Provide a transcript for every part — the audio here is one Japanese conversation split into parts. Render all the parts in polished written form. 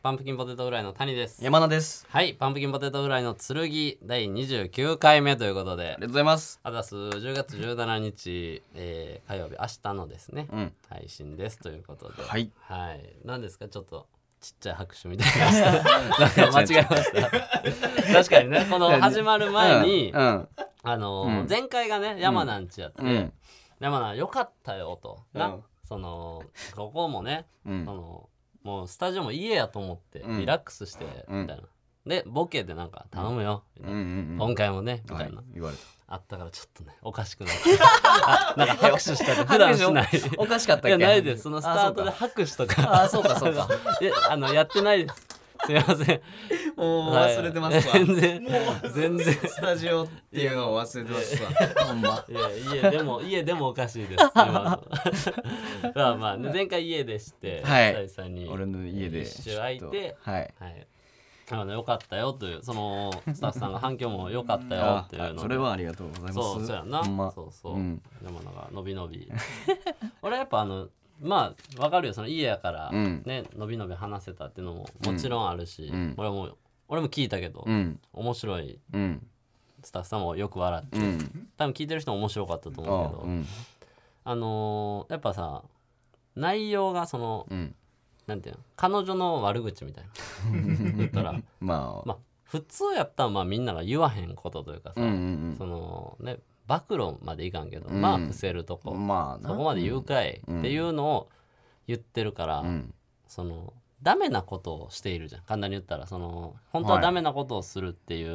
パンプキンポテトフライの谷です。 山名です。 はい、パンプキンポテトフライの剣第29回目ということで、 ありがとうございます。 あざす10月17日、火曜日、明日のですね、配信ですということで、 はい、 はい、何ですか、ちょっとちっちゃい拍手みたいななんか間違えました確かにね、この始まる前に、前回がね山名んちやって、山名よかったよとな、そのここもね、もうスタジオも家やと思ってリラックスしてみたいな、でボケでなんか頼むよみたいな、今回もねみたいな、 言われた。 あったからちょっとねおかしくなってなんか拍手したり普段しないおかしかったっけ。 いやないです。そのスタートで拍手とかそうかそうかやってないです。すいません、 もう忘れてますわ。 全然スタジオっていうのを忘れてますわ。ほんま。 いや家でもおかしいですまあまあ、ね、前回家でして、 はい、 に俺の家で一周空いて、 はいよかったよという、そのスタッフさんが反響も良かったよっていうのそれはありがとうございます。 そうやな、そう、山名が伸び伸び俺やっぱまあわかるよ、その家やからね、伸び伸び話せたっていうのももちろんあるし、俺も聞いたけど、面白い、スタッフさんもよく笑って、多分聞いてる人も面白かったと思うけど、やっぱさ、内容がその、なんていうの、彼女の悪口みたいな言ったらまあ普通やったらまあみんなが言わへんことというかさ、そのね暴露までいかんけど、まあ伏せるとこ、そこまで言うかいっていうのを言ってるから、そのダメなことをしているじゃん、簡単に言ったら。その本当はダメなことをするっていう、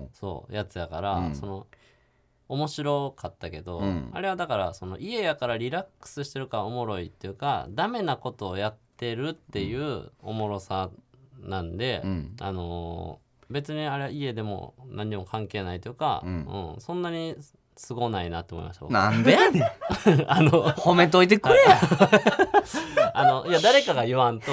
そうやつやから、その面白かったけど、あれはだからその家やからリラックスしてるからおもろいっていうか、ダメなことをやってるっていうおもろさなんで、別にあれは家でも何にも関係ないというか、そんなにすごないなって思いました。 なんでやねん褒めといてくれやいや誰かが言わんと、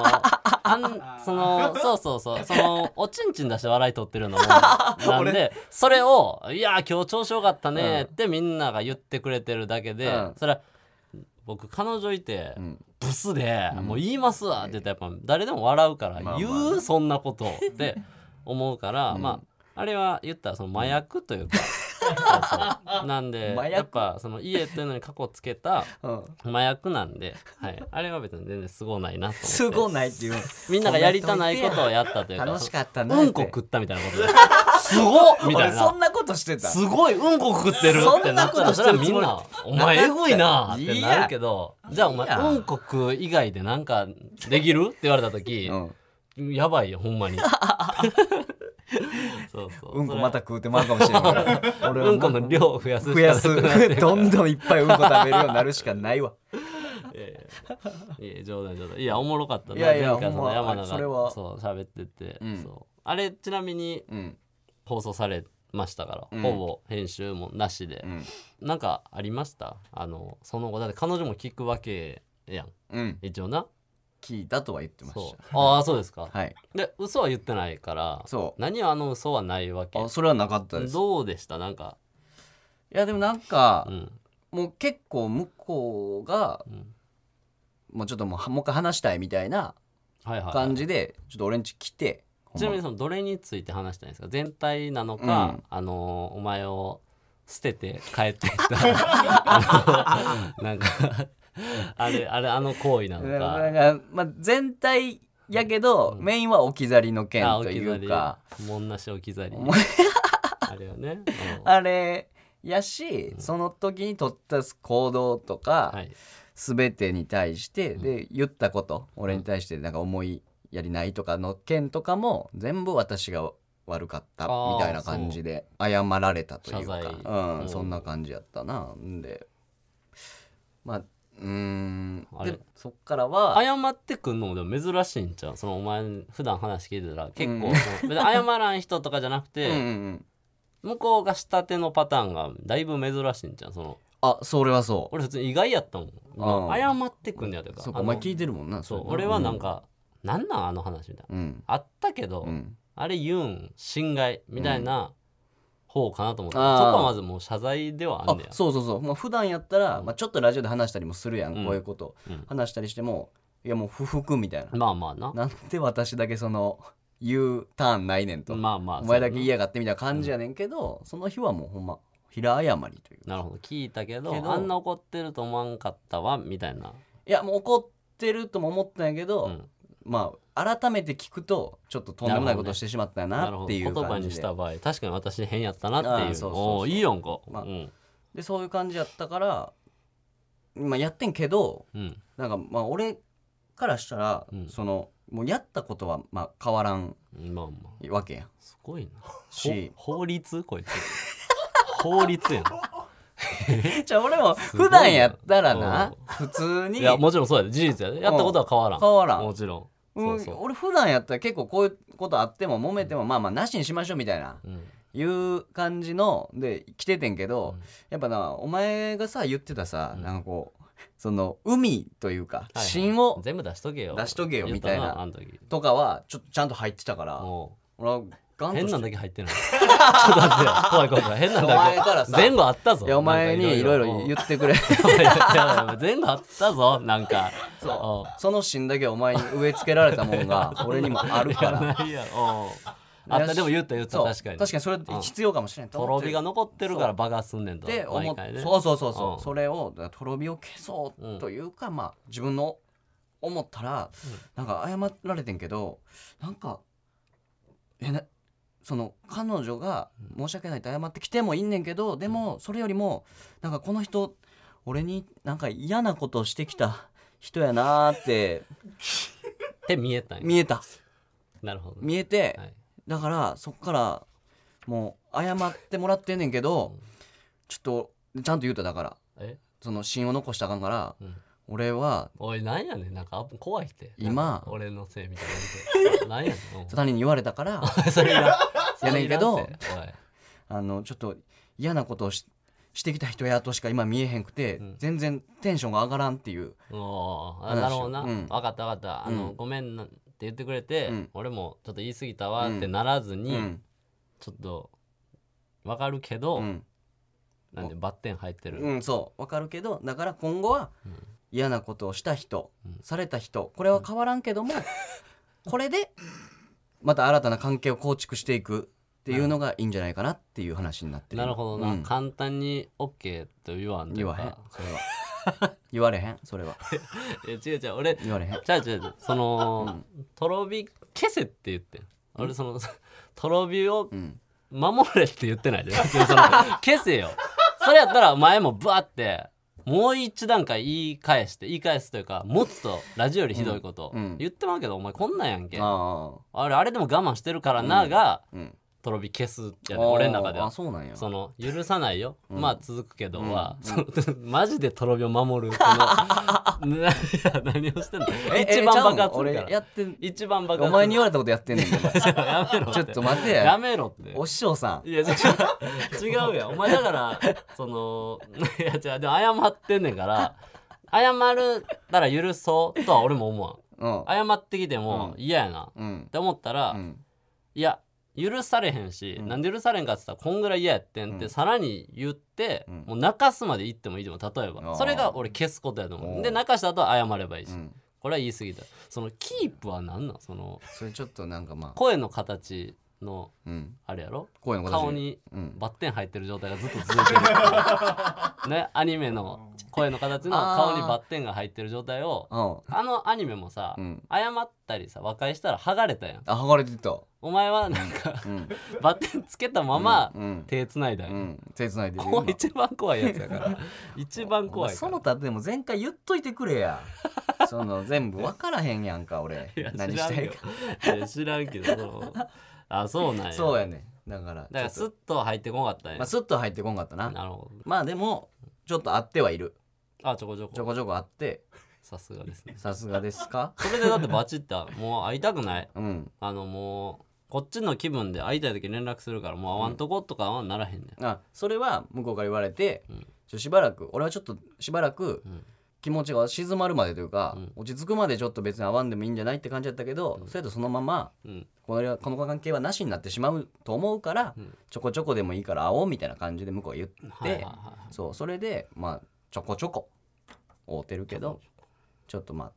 そうそのおちんちん出して笑い取ってるのもなんで、それをいや今日調子よかったねってみんなが言ってくれてるだけで、それは僕彼女いて、ブスで、もう言いますわって言ったらやっぱ誰でも笑うから、言うそんなことって思うから、まああれは言ったらその麻薬というかそうなんで、やっぱその家というのに過去つけた麻薬なんで、あれは別に全然すごないなと思って。 すごないっていう、 みんながやりたないことをやったというか、 楽しかったな、 うんこ食ったみたいなことですごっみたいな、 そんなことしてた、 すごいうんこ食ってるってなったら、それはみんなお前エグいなってなるけど、じゃあお前うんこ食う以外でなんかできるって言われた時、やばいよほんまにうんこまた食うてまうかもしれない俺はうんこの量を増やすどんどんいっぱいうんこ食べるようになるしかないわいや冗談いやおもろかったな。 前回その山名がそう喋ってて、そうあれちなみに放送されましたから、ほぼ編集もなしで、なんかありました？その後だって彼女も聞くわけやん、一応な聞いたとは言ってました。 ああそうですか。 はい。 で嘘は言ってないから、何は嘘はないわけ。 それはなかったです。 どうでした？なんかいやでもなんか、もう結構向こうが、もうちょっともう一回話したいみたいな感じでちょっと俺ん家来て、 ちなみにそのどれについて話したいんですか？全体なのか、お前を捨てて帰ってきたなんかあれ行為なのか、 まあ、全体やけど、メインは置き去りの件というか、 もんなし置き去りあれよね、 あれやし、その時に取った行動とか、全てに対して、で言ったこと、俺に対してなんか思いやりないとかの件とかも全部私が悪かったみたいな感じで謝られたというか、そんな感じやったな。んでまあでそっからは謝ってくんのもでも珍しいんちゃう？そのお前普段話聞いてたら結構、別に謝らん人とかじゃなくて向こうがしたてのパターンがだいぶ珍しいんちゃう？ それはそう。 俺普通に意外やったもん、謝ってくんねやというか。 そうか、お前聞いてるもんな。 そう俺はなんか、なんなんあの話みたいな、あったけど、あれ言うん侵害みたいな方かなと思って、そこはまずもう謝罪ではあんねや。 そう、まあ、普段やったら、まあ、ちょっとラジオで話したりもするやん、こういうこと、話したりしてもいやもう不服みたいな、 まあまあな、 なんで私だけその言うターンないねんと、 まあまあお前だけ嫌がってみたいな感じやねんけど、その日はもうほんま平謝りという。 なるほど、聞いたけどあんな怒ってると思わんかったわみたいな。 いやもう怒ってるとも思ったんやけど、まあ改めて聞くとちょっととんでもないことをしてしまったんやなっていう感じで、 言葉にした場合確かに私変やったなっていう、そういいやんか、 でそういう感じやったから、まあ、やってんけど、なんかまあ俺からしたら、そのもうやったことはまあ変わらんわけやん。 すごいなし法律こいつ法律やんじゃあ俺も普段やったらな普通に、 いやもちろんそうやで、事実やで、やったことは変わらん、 変わらん、 もちろん。 俺普段やったら結構こういうことあっても揉めてもまあまあなしにしましょうみたいな、いう感じので来ててんけど、やっぱなお前がさ言ってたさ、なんかこうその海というか芯を全部出しとけよみたいなとかはちょっとちゃんと入ってたから、俺は変なんだけ入ってないちょっと待ってよ、怖い変なんだけ前後あったぞ。 いやお前にいろいろ言ってくれ前後あったぞ、なんかその芯だけお前に植え付けられたもんが俺にもあるからあった。でも言った確かにそれ必要かもしれんととろびが残ってるから爆発すんねんとで思って、そうそれをとろびを消そうというか、まあ自分の思ったらなんか謝られてんけど、なんかその彼女が申し訳ないと謝ってきてもいいねんけど、でもそれよりもなんかこの人俺になんか嫌なことをしてきた人やなーって見えた。なるほど、 見えて、だからそっからもう謝ってもらってんねんけど、ちょっとちゃんと言うた。だからその芯を残したらあかんから、俺はおいなんやねん、なんか怖いって今俺のせいみたいななんやねん他人に言われたからそれやねんけど、ちょっと嫌なことをしてきた人やとしか今見えへんくて、全然テンションが上がらんっていう。 なるほどな、分かったごめんなって言ってくれて、俺もちょっと言い過ぎたわってならずに、ちょっと分かるけど、なんでバッテン入ってる、 そう分かるけど、だから今後は嫌なことをした人、された人、これは変わらんけどもこれでまた新たな関係を構築していくっていうのがいいんじゃないかなっていう話になってる。 なるほどな、簡単に OK と言わんというか、 言わへんそれは言われへんそれは違う俺言われへん、 違うその、とろび消せって言ってん、俺そのとろびを守れって言ってないでその消せよ。それやったら前もバーってもう一段階言い返すというか、もっとラジオよりひどいこと言ってまうけど、お前こんなんやんけ、あれでも我慢してるからなが、とろび消すやね、俺の中では。 そうなんや。 その許さないよ、まあ続くけどは、マジでとろびを守る何をしてんの一番爆発するから一番爆発。 お前に言われたことやってんねんやめろちょっと待てやめろって、 お師匠さん。 いや違うやんお前、だからそのいや違う、でも謝ってんねんから、謝るたら許そうとは俺も思わん、謝ってきても嫌やなって思ったら、いや許されへんし、なんで許されんかって言ったらこんぐらい嫌やってんってさらに言って、もう泣かすまで言ってもいいでも、例えばそれが俺消すことやと思う。で泣かした後は謝ればいいし、これは言い過ぎた。そのキープは何なん、それちょっとなんかまあ声の形のあれやろ、顔にバッテン入ってる状態がずっと続いてるね、アニメの声の形の顔にバッテンが入ってる状態を、あのアニメもさ、謝ったりさ和解したら剥がれたやん。 剥がれてた。 お前はなんか、バッテンつけたまま手つないだよ、 手つないでる。 一番怖いやつやから一番怖いから。 その他でも前回言っといてくれやその全部分からへんやんか俺。何したいか知らんけどそうなんや。 そうやね。だからスッと入ってこなかったんや。 スッと入ってこなかったな。 なるほど。 まあでもちょっと合ってはいる。 ちょこちょこあって、 さすがですね。 さすがですか。 それでだってバチッたもう会いたくない、もうこっちの気分で会いたい時連絡するから、もう会わんとことかはならへんねん。 それは向こうから言われて、しばらく俺はちょっとしばらく気持ちが静まるまでというか、落ち着くまでちょっと別に会わんでもいいんじゃないって感じだったけど、それとそのまま、この関係はなしになってしまうと思うから、ちょこちょこでもいいから会おうみたいな感じで向こうが言って、それでまあちょこちょこ会うてるけど、ちょっとまあ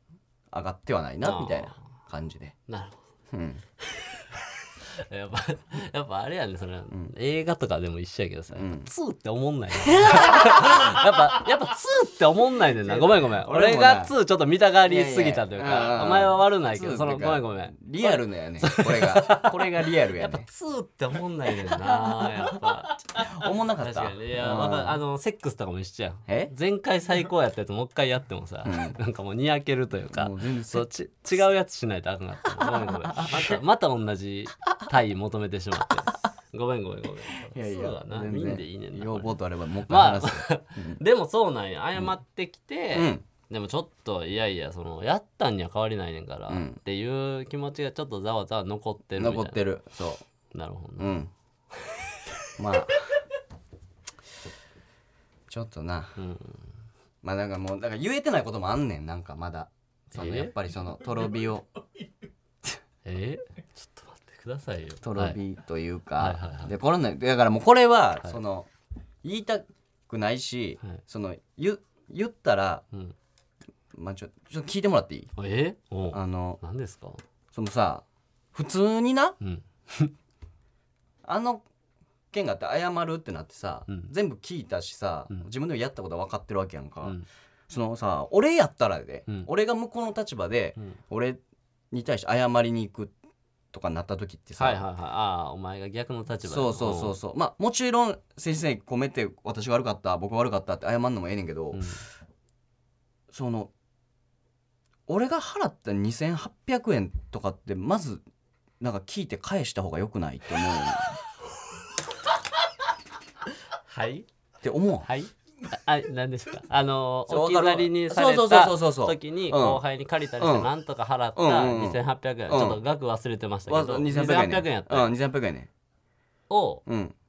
上がってはないなみたいな感じで。 なるほど、 うんやっぱあれやね、それ、映画とかでも一緒やけどさ、2って思んないなやっぱ2って思んないねんな。ごめん俺が2ちょっと見たがりすぎたというか、お前は悪ないけど、そのごめんリアルなやねこれがリアルやね。 やっぱ2って思んないねんな。やっぱ思んなかった。 確かに。いや、セックスとかも一緒やん。前回最高やったやつもう一回やってもさ、なんかもうにやけるというか、そう違うやつしないとあかんかった。ごめんまた同じタイ求めてしまってごめん。いやそうだな、いいんでいいねんな。 要望とあればもう一回話す。 でもそうなんや、謝ってきて、でもちょっといやそのやったんには変わりないねんから、っていう気持ちがちょっとざわざわ残ってるみたいな。 残ってる。そう。 なるほどな。 まあちょっとな、まあなんかもうだから言えてないこともあんねん。なんかまだそのやっぱりそのとろびをちょっと待ってくださいよ。 とろびというか、でこれね、だからもうこれはその言いたくないし、その言ったら、まあちょっと聞いてもらっていい？ 何ですか？ そのさ、普通にな、あの件があって謝るってなってさ、全部聞いたしさ、自分でもやったことは分かってるわけやんか。そのさ、俺やったらで、俺が向こうの立場で、俺に対して謝りに行くとかなった時ってさ、 お前が逆の立場で。そうまあもちろん先生込めて私が悪かった、僕が悪かったって謝るのもええねんけど、その俺が払った2800円とかってまずなんか聞いて返した方がよくないって思うはいって思う。 はい、何ですか？置き去りにされた時に後輩に借りたりしてなんとか払った2800円、ちょっと額忘れてましたけど、2800円やった 2800円ねを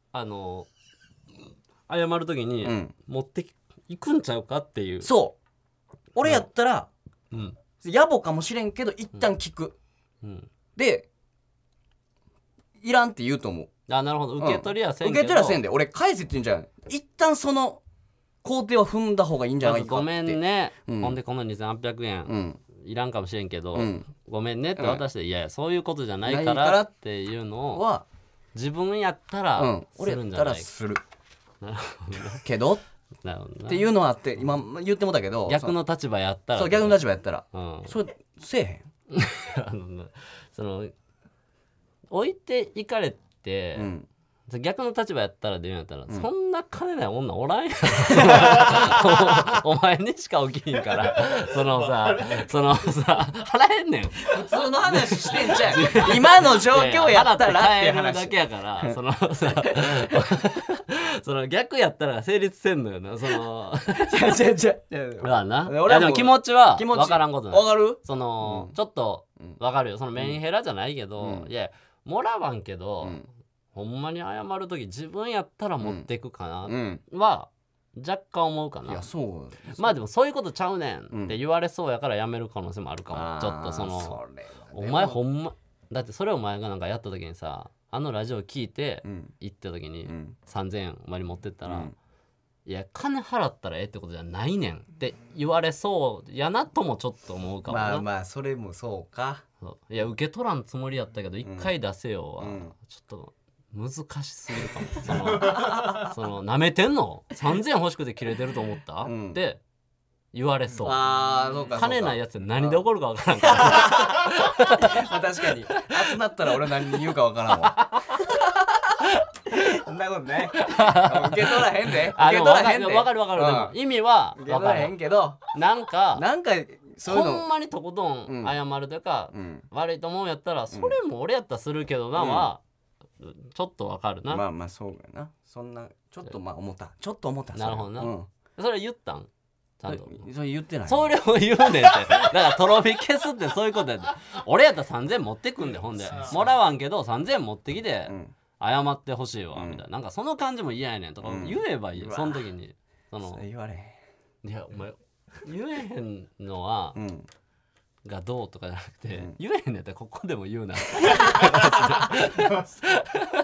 謝る時に持っていくんちゃうかっていう。 そう俺やったら野暮かもしれんけど一旦聞く、でいらんって言うと思う。 なるほど。受け取りはせんけど、 受け取りはせんで俺返せって言うんじゃん。一旦その工程は踏んだ方がいいんじゃないかって。 ごめんね、ほんでこの2800円、いらんかもしれんけど、ごめんねって渡して、いやそういうことじゃないからっていうのを自分やったらするんじゃないか。俺やったらする。 なるほどけどっていうのはあって、今言ってもたけど、 逆の立場やったら、 そう逆の立場やったら、それせえへんその置いていかれて、逆の立場やったらで言うんやったら、そんな金ない女おらんやんお前にしか起きひんからそのさ払えんねん。 普通の話してんじゃん今の状況やったらっていう話だけやから、そのさその逆やったら成立せんのよな。そのまあな、俺でも気持ちは分からんことない。 分かる？ その、ちょっと分かるよ。そのメンヘラじゃないけど、いやもらわんけど、ほんまに謝る時自分やったら持っていくかな、は若干思うかな。 いやそう。 まあでもそういうことちゃうねんって言われそうやからやめる可能性もあるかも。ちょっとそのお前ほんまだってそれお前がなんかやった時にさ、あのラジオ聞いて行った時に3000円お前に持ってったら、いや金払ったらええってことじゃないねんって言われそうやなともちょっと思うかもな。 まあそれもそうか。 いや受け取らんつもりやったけど一回出せよはちょっと難しすぎるかも。その舐めてんの3000円欲しくて切れてると思った、って言われそう。 そうか。 金ないやつ何で怒るか分からんから確かに集まったら俺何言うか分からんわそんなことね受け取らへんで。受け取らへんで。 分かるでも意味は分からへんけど、 なんかそういうのほんまにとことん謝るというか、悪いと思うんやったらそれも俺やったらするけどなはちょっとわかるな。 まあそうやな。そんなちょっと思ったなるほどな、それ言ったんちゃんと。 それ言ってない。 それを言うねんってだからとろ火消すってそういうことやで。俺やったら3000持ってくんで、ほんでもらわんけど3000持ってきて謝ってほしいわみたいな、なんかその感じも嫌やねんとか言えばいいよ、その時に。その言われへん。 いやお前言えへんのは、がどうとかじゃなくて、言えへんのやったらここでも言うな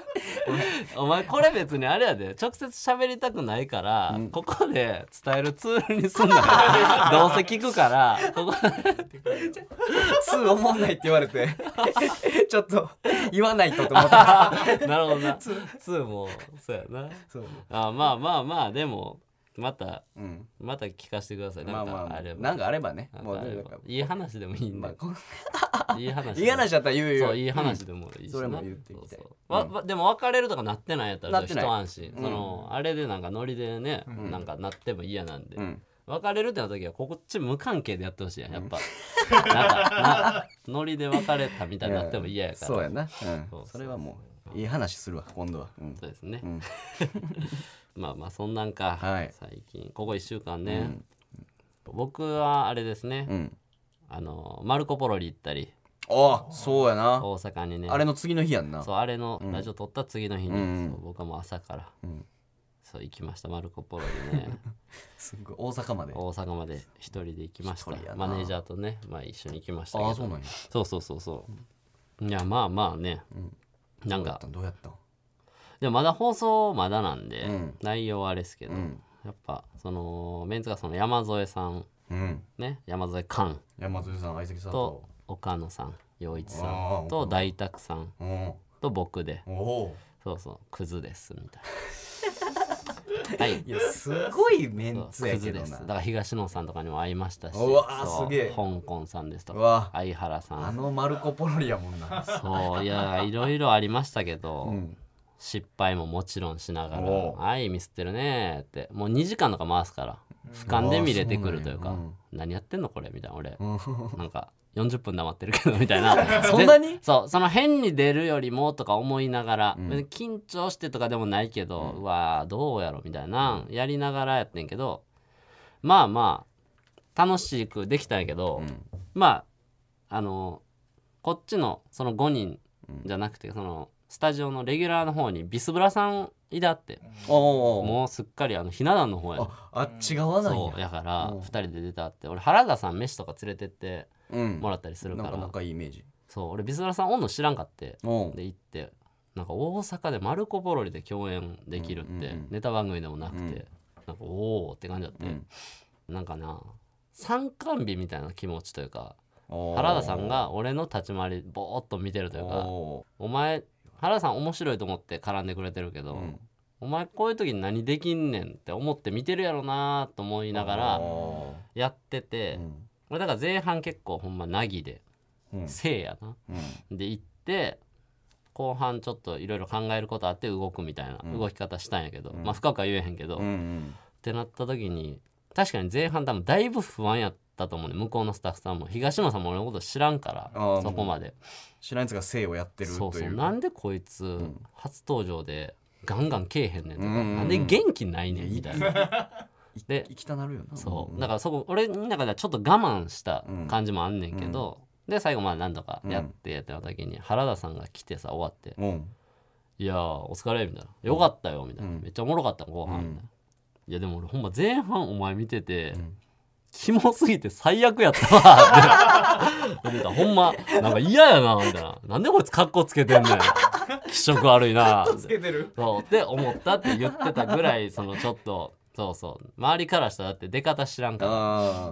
お前これ別にあれやで直接喋りたくないから、ここで伝えるツールにすんだよどうせ聞くからここ 2思んないって言われてちょっと言わないとと思ったなるほどな2もそうやなそうまあでもまた聞かせてください。なんかあれば、 なんかあればね。 もういい話でもいいんで。いい話だったら言うよ。 そういい話でもいいしな。 それも言ってきて。 でも別れるとかなってないやったら一安心。そのあれでなんかノリでね、なんかなっても嫌なんで。別れるってなった時はこっち無関係でやってほしいやん。やっぱなんかノリで別れたみたいになっても嫌やから。 そうやな。それはもういい話するわ今度は。 そうですね。まあそんなんか、最近ここ1週間ね、僕はあれですね、マルコ・ポロリ行ったり、 そうやな、 大阪にね、 あれの次の日やんな。 そうあれのラジオ撮った次の日に、僕はもう朝から、そう行きました。マルコ・ポロリねすごい大阪まで一人で行きました。マネージャーとね、一緒に行きましたけど。 そうなんや。 そういやまあね、なんかどうやったん。 でもまだ放送まだなんで、内容はあれですけど、やっぱそのメンツがその山添さん、ね、山添寛、 山添さん、相席さんと岡野さん、陽一さんと大沢さんと僕で、そうクズですみたいな。はい、 いやすごいメンツやけどな。 だから東野さんとかにも会いましたし、 うわすげえ、 香港さんですとか相原さん、 マルコ・ポロリやもんな。 そういやいろいろありましたけど、失敗ももちろんしながら「はいミスってるね」ってもう2時間とか回すから俯瞰で見れてくるというか、何やってんのこれみたいな、俺なんか40分黙ってるけどみたいなそんなにその変に出るよりもとか思いながら、緊張してとかでもないけど、うわどうやろみたいなやりながらやってんけど、まあ楽しくできたんやけど、こっちのその5人じゃなくて、そのスタジオのレギュラーの方にビスブラさんいだって、もうすっかりひな壇の方や、 あっち側なんや。 そうやから2人で出たって。俺原田さん飯とか連れてってもらったりするから、 なんかいいイメージ。 そう俺ビスブラさんおんの知らんかって、で行ってなんか大阪でマルコ・ポロリで共演できるってネタ番組でもなくて、なんかおおって感じだって、なんかな参観日みたいな気持ちというか、原田さんが俺の立ち回りぼーっと見てるというか、お前原田さん面白いと思って絡んでくれてるけど、お前こういう時に何できんねんって思って見てるやろなと思いながらやってて、俺だから前半結構ほんまなぎでせいやな、で行って後半ちょっといろいろ考えることあって動くみたいな動き方したんやけど、深くは言えへんけど、ってなった時に確かに前半多分だいぶ不安やったと思うね。向こうのスタッフさんも東野さんも俺のこと知らんから、そこまで知らんやつが性をやってるという。 そうなんでこいつ初登場でガンガンけえへんねんとか、なんで元気ないねんみたいなで行きたなるよな。 そうだからそこ俺の中ではちょっと我慢した感じもあんねんけど、で最後何とかやってやってた時に原田さんが来てさ終わって、いやお疲れみたいな、よかったよみたいな、めっちゃおもろかった後半みたいな、いやでも俺ほんま前半お前見てて、キモすぎて最悪やったわってほんまなんか嫌やなみたいな、なんでこいつカッコつけてんねん気色悪いなつけてるそうって思ったって言ってたぐらい、そのちょっとそう周りからしたらだって出方知らんから、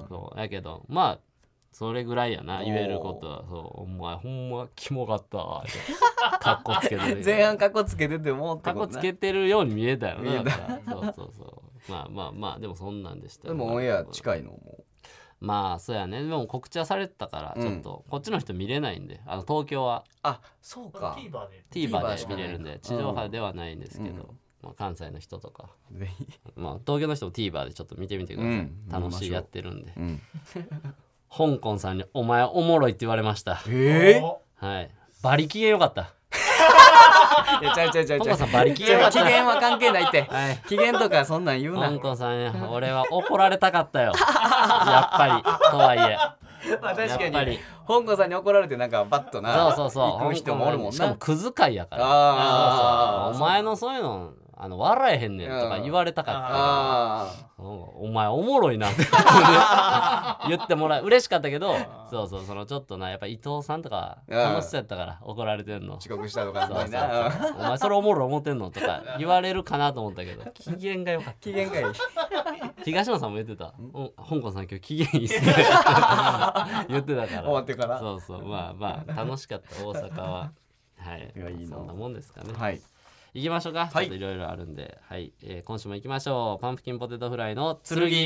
そうやけどまあそれぐらいやな、言えることは。そうお前ほんまキモかったわってカッコつけてる前半カッコつけててもカッコつけてるように見えたよな。そうまあでもそんなんでしたよ。 でもオンエア近いのもまあそうやね。でも告知はされてたからちょっとこっちの人見れないんで、東京はそうか TVer で見れるんで、地上波ではないんですけど、関西の人とか東京の人も TVer でちょっと見てみてください。楽しいやってるんで。香港さんにお前おもろいって言われました。はい、バリ機嫌よかった。 いやちゃう香港さんバリ機嫌よかった。 機嫌は関係ないって、機嫌とかそんなん言うな。 香港さん俺は怒られたかったよやっぱりとはいえ確かに香港さんに怒られてなんかバッとなそう行く人もおるもんな。 しかもクズ会やから、お前のそういうの笑えへんねんとか言われたかったからお前おもろいなって言ってもらう嬉しかったけどそうそのちょっとなやっぱ伊藤さんとか楽しそうやったから怒られてんの遅刻したとかお前それおもろい思ってんのとか言われるかなと思ったけど機嫌が良かった機嫌がいい東野さんも言ってた香港さん今日機嫌いいっすね言ってたから終わってからそうまあ楽しかった大阪ははいそんなもんですかねはい行きましょうか、ちょっといろいろあるんで、はい今週も行きましょう。パンプキンポテトフライの剣。はい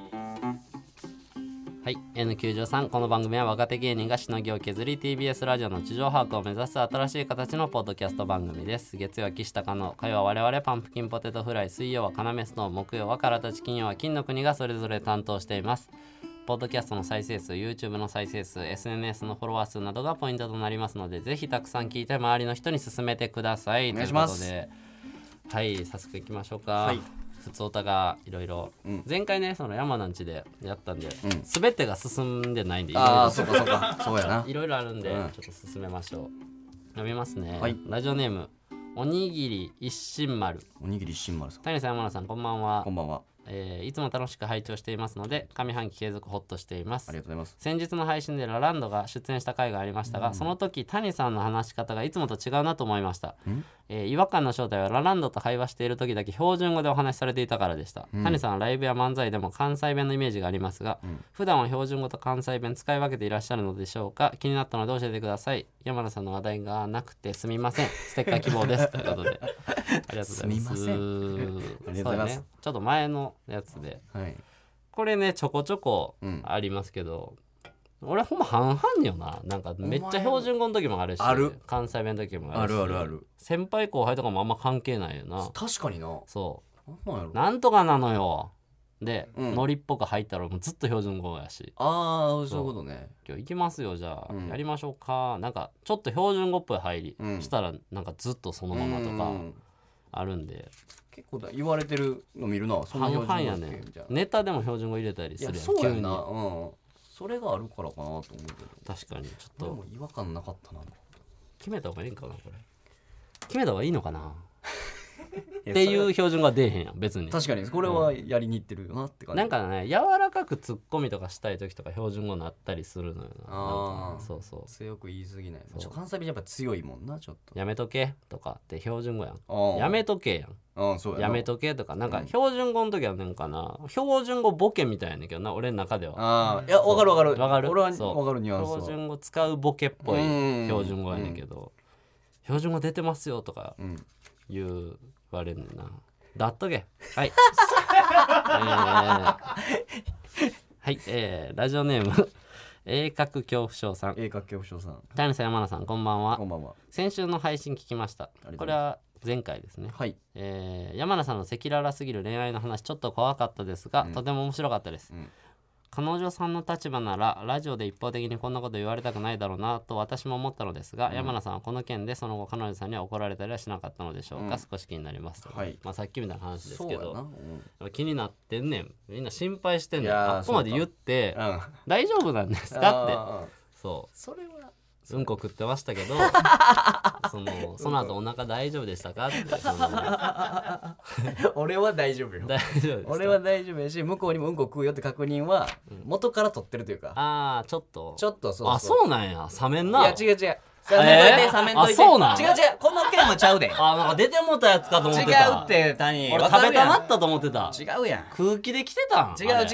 、N93 この番組は若手芸人がしのぎを削り TBS ラジオの地上把握を目指す新しい形のポッドキャスト番組です。月曜は岸高の、火曜は我々パンプキンポテトフライ、水曜はカナメスの、木曜はカラタチ、金曜は金の国がそれぞれ担当しています。ポッドキャストの再生数、YouTube の再生数、SNS のフォロワー数などがポイントとなりますので、ぜひたくさん聞いて周りの人に勧めてください。 お願いします。 ということで、はい、早速いきましょうか。 はい、 普通オタがいろいろ前回ねその山なんちでやったんで、全てが進んでないんでそうかそうやな。 いろいろあるんで、ちょっと進めましょう。読みますね。はい、ラジオネームおにぎり一心丸。 おにぎり一心丸さん。 谷さん山田さんこんばんは。 こんばんは。 いつも楽しく拝聴していますので上半期継続ホッとしています。 ありがとうございます。 先日の配信でラランドが出演した回がありましたが、その時谷さんの話し方がいつもと違うなと思いました。違和感の正体はラランドと会話している時だけ標準語でお話しされていたからでした。谷さんはライブや漫才でも関西弁のイメージがありますが、普段は標準語と関西弁使い分けていらっしゃるのでしょうか。気になったので教えてください。山田さんの話題がなくてすみません。ステッカー希望ですということでありがとうございます。 すみません。ありがとうございます。 ちょっと前のやつで、これねちょこちょこありますけど、俺ほんま半々よな。なんかめっちゃ標準語の時もあるし、関西弁の時もあるし、 ある先輩後輩とかもあんま関係ないよな。 確かにな。 そうなんとかなのよで、ノリっぽく入ったらもうずっと標準語やし、 そういうことね。 今日行きますよじゃあ、やりましょうか。なんかちょっと標準語っぽい入り、したらなんかずっとそのままとかあるんで、 結構言われてるの見るな。 そんな標準語やね。ネタでも標準語入れたりするやん。 そうやな。それがあるからかなと思うけど。 確かにちょっとでも違和感なかったな。 決めた方がいいんかな。これ決めた方がいいのかなっていう標準語は出えへんやん別に。確かにこれはやりにいってるよなって感じ。 なんかね柔らかくツッコミとかしたい時とか標準語になったりするのよな。そう強く言い過ぎない。関西弁やっぱ強いもんな。ちょっとやめとけとかって標準語やん。やめとけやん。やめとけとかなんか標準語の時はなんかな、標準語ボケみたいやねんけどな俺の中では。 いや分かる俺は分かるニュアンスは。 標準語使うボケっぽい標準語やねんけど、標準語出てますよとか言われんねんな。だっとけ。はいはい、ラジオネーム鋭角恐怖症さん。 鋭角恐怖症さん。 谷さん山田さんこんばんは。 こんばんは。 先週の配信聞きました。これは前回ですね。 はい。 山田さんの赤裸々すぎる恋愛の話ちょっと怖かったですが、とても面白かったです。彼女さんの立場ならラジオで一方的にこんなこと言われたくないだろうなと私も思ったのですが、山名さんはこの件でその後彼女さんには怒られたりはしなかったのでしょうか。少し気になりますと、さっきみたいな話ですけど、気になってんねん。みんな心配してんねん。あっこまで言って、大丈夫なんですかって。 それはうんこ食ってましたけどその後お腹大丈夫でしたかって俺は大丈夫よ。俺は大丈夫やし、向こうにもうんこ食うよって確認は元から取ってるというか、 ちょっとそうなんや。冷めんな。 いや違う冷めんといて。 そうなん。 違うこの件もちゃうで。 なんか出てもたやつかと思ってた。 違うって谷。 俺食べたなったと思ってた。 違うやん。 空気で来てたん。 違うあれ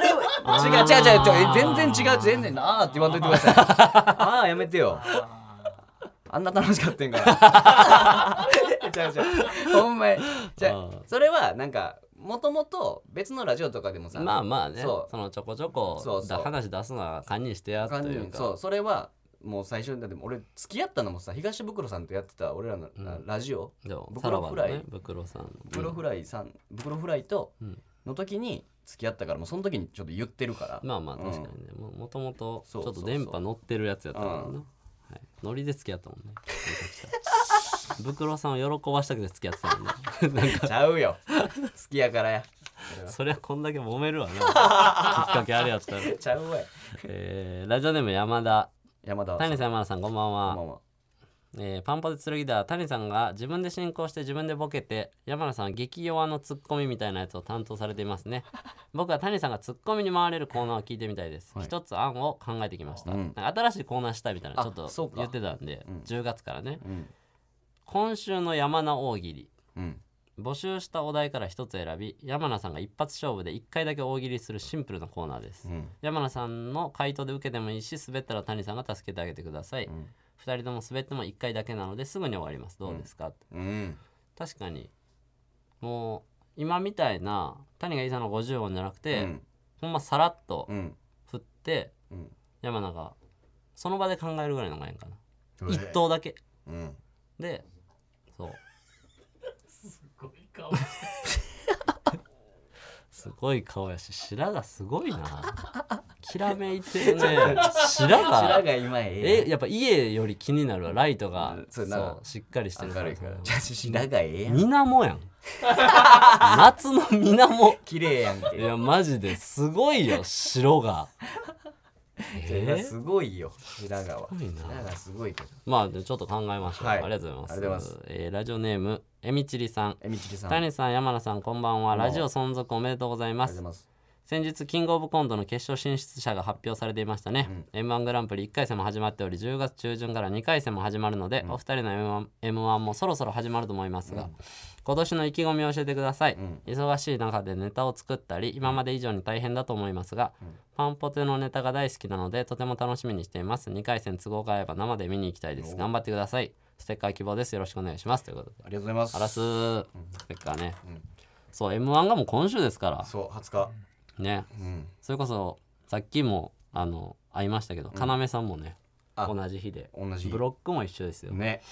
全然違う全然なーって言わんといてください。やめてよ。あんな楽しかったんからほんまに。じゃあそれはなんかもともと別のラジオとかでもさ、 まあね、そのちょこちょこ話出すのは堪忍してやというか、 それはもう最初に。だって俺付き合ったのもさ、東袋さんとやってた俺らのラジオ、袋フライ、 袋フライとの時に付き合ったから、もうその時にちょっと言ってるから。 まあ確かにね、もともとちょっと電波乗ってるやつやったからな。ノリで付き合ったもんね。袋さんを喜ばしたくて付き合ってたもんね。 ちゃうよ、好きやからや。 そりゃこんだけ揉めるわな。きっかけあれやったら。 ちゃうわ。 ラジオネーム山田。谷さん山田さんこんばんは。 パンポテ剣では谷さんが自分で進行して自分でボケて、山名さんは激弱のツッコミみたいなやつを担当されていますね。僕は谷さんがツッコミに回れるコーナーを聞いてみたいです。一つ案を考えてきました、なんか新しいコーナーしたいみたいなちょっと言ってたんで、10月からね、今週の山名大喜利、募集したお題から一つ選び、山名さんが一発勝負で1回だけ大喜利するシンプルなコーナーです、山名さんの回答で受けてもいいし、滑ったら谷さんが助けてあげてください、2人とも滑っても1回だけなのですぐに終わります。どうですか、確かにもう今みたいな谷が言いそうな50音じゃなくて、ほんまさらっと振って、山名がその場で考えるぐらいのがいいんかな、1答だけ、でそうすごい顔すごい顔やし、白がすごいなきらめいてるね白が今やっぱ家より気になるわ、ライトが、そうしっかりしてるから。 じゃあ白がええやん、 水面やん夏の水面綺麗やんけ。 いやマジですごいよ白がすごいよ白髪は。白髪すごいけど、 まあちょっと考えましょう、ありがとうございます。ラジオネームえみちりさん。谷さん、山名さん、こんばんは。ラジオ存続おめでとうございます。先日キングオブコントの決勝進出者が発表されていましたね、M1 グランプリ1回戦も始まっており、10月中旬から2回戦も始まるので、お二人の M1 もそろそろ始まると思いますが、今年の意気込みを教えてください、忙しい中でネタを作ったり今まで以上に大変だと思いますが、パンポテのネタが大好きなのでとても楽しみにしています。2回戦都合が合えば生で見に行きたいです。頑張ってください。ステッカー希望です。よろしくお願いします。ということで、 ありがとうございます。 あらすステッカーね、そう M1 がもう今週ですから。 そう20日ね、それこそさっきも会いましたけど、要さんもね同じ日で、ブロックも一緒ですよね。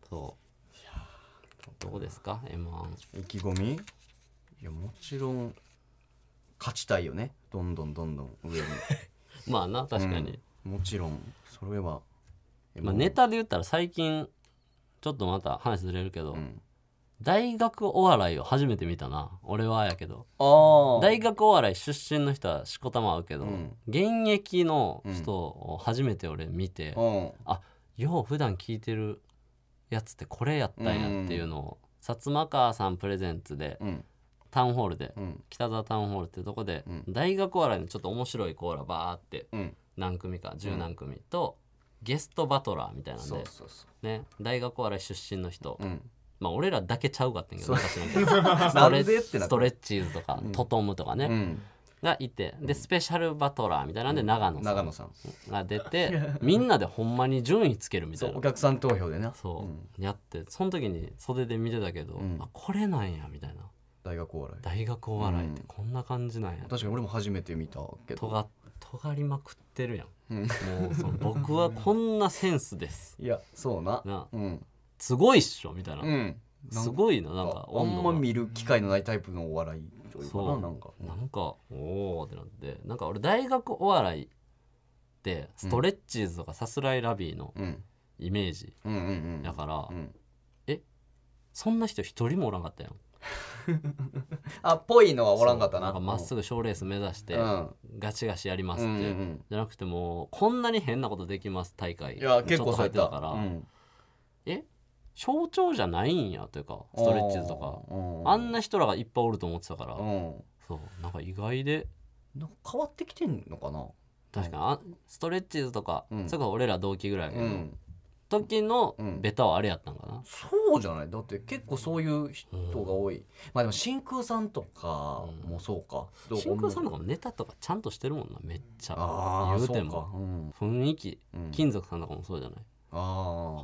そうどうですか M1 意気込み。いやもちろん勝ちたいよね、どんどん上にまあな、確かに、 もちろんそれは、 まあ、ネタで言ったら最近ちょっとまた話ずれるけど、大学お笑いを初めて見たな。俺はやけど、大学お笑い出身の人はしこたま合うけど、現役の人を初めて俺見て、あ、よう普段聞いてるやつってこれやったんやっていうのを、薩摩川さんプレゼンツで、タウンホールで、北沢タウンホールっていうとこで、大学お笑いのちょっと面白いコーラバーって、何組か10何組と、ゲストバトラーみたいなんで、ね、大学お笑い出身の人、まあ俺らだけちゃうかってんけど、ストレッチーズとか、トトムとかね、がいて、でスペシャルバトラーみたいなんで長野さんが出て、みんなでほんまに順位つけるみたいな、 お客さん投票でな、 やって、その時に袖で見てたけど、あ、これなんやみたいな。 大学お笑いってこんな感じなんや。 確かに俺も初めて見たけど、 尖りまくってるやん、もうその僕はこんなセンスですいやそうな、 すごいっしょみたいな、すごいな、なんかあんま見る機会のないタイプのお笑いというかな、なんかおおってなって、なんか俺大学お笑いってストレッチーズとかさすらいラビーのイメージだから、そんな人一人もおらんかったやんあっぽいのはおらんかったな。 なんかまっすぐ賞レース目指してガチガチやりますって、じゃなくてもうこんなに変なことできます大会、 いや結構そうやったから、象徴じゃないんやというか、ストレッチーズとかあんな人らがいっぱいおると思ってたから、そうなんか意外でなんか変わってきてんのかな。 確かにストレッチーズとか、それこそ俺ら同期ぐらいやけど、時のベタはあれやったんかな、 そうじゃない。だって結構そういう人が多い、まあでも真空さんとかもそうか、 真空さんとかもネタとかちゃんとしてるもんな、めっちゃ。言うても雰囲気、金属さんとかもそうじゃない、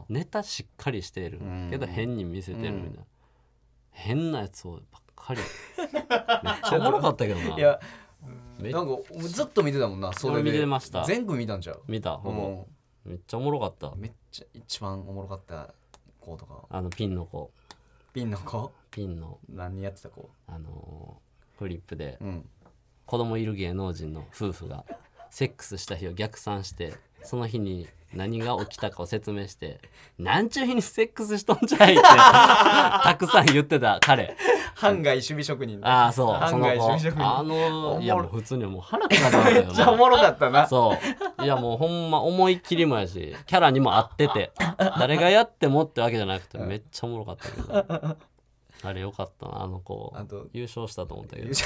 ネタしっかりしてるけど変に見せてるみたいな、変なやつをばっかりめっちゃおもろかったけどな。 いやなんかずっと見てたもんな。 それ見てました。 全部見たんちゃう。 見た、ほぼ。めっちゃおもろかった。 めっちゃ一番おもろかった子とか、 ピンの子ピンの何やってた子、 フリップで、子供いる芸能人の夫婦がセックスした日を逆算して、その日に何が起きたかを説明して、なんちゅう日にセックスしとんじゃいってたくさん言ってた彼。 半外守備職人ああそう半外守備職人いやもう普通にもう腹立ったんだめよなっちゃおもろかったな。 そういやもうほんま思いっきりもやしキャラにも合ってて誰がやってもってわけじゃなくてめっちゃおもろかったけどあれよかったなあの子優勝したと思ったけど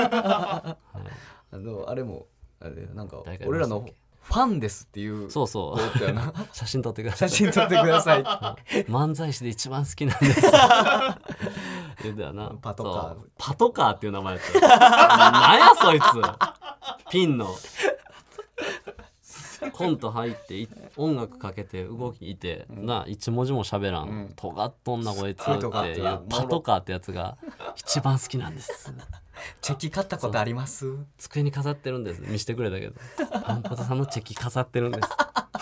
あれもあれなんか俺らのファンですっていうそうそう写真撮ってください写真撮ってください漫才師で一番好きなんです言うてたなパトカーパトカーっていう名前やったなんやそいつピンのコント入って音楽かけて動きいて、な一文字も喋らん、尖っとんなこいつっていうパトカーってやつが一番好きなんですチェキ買ったことあります？ 机に飾ってるんです見してくれたけどパンパタさんのチェキ飾ってるんです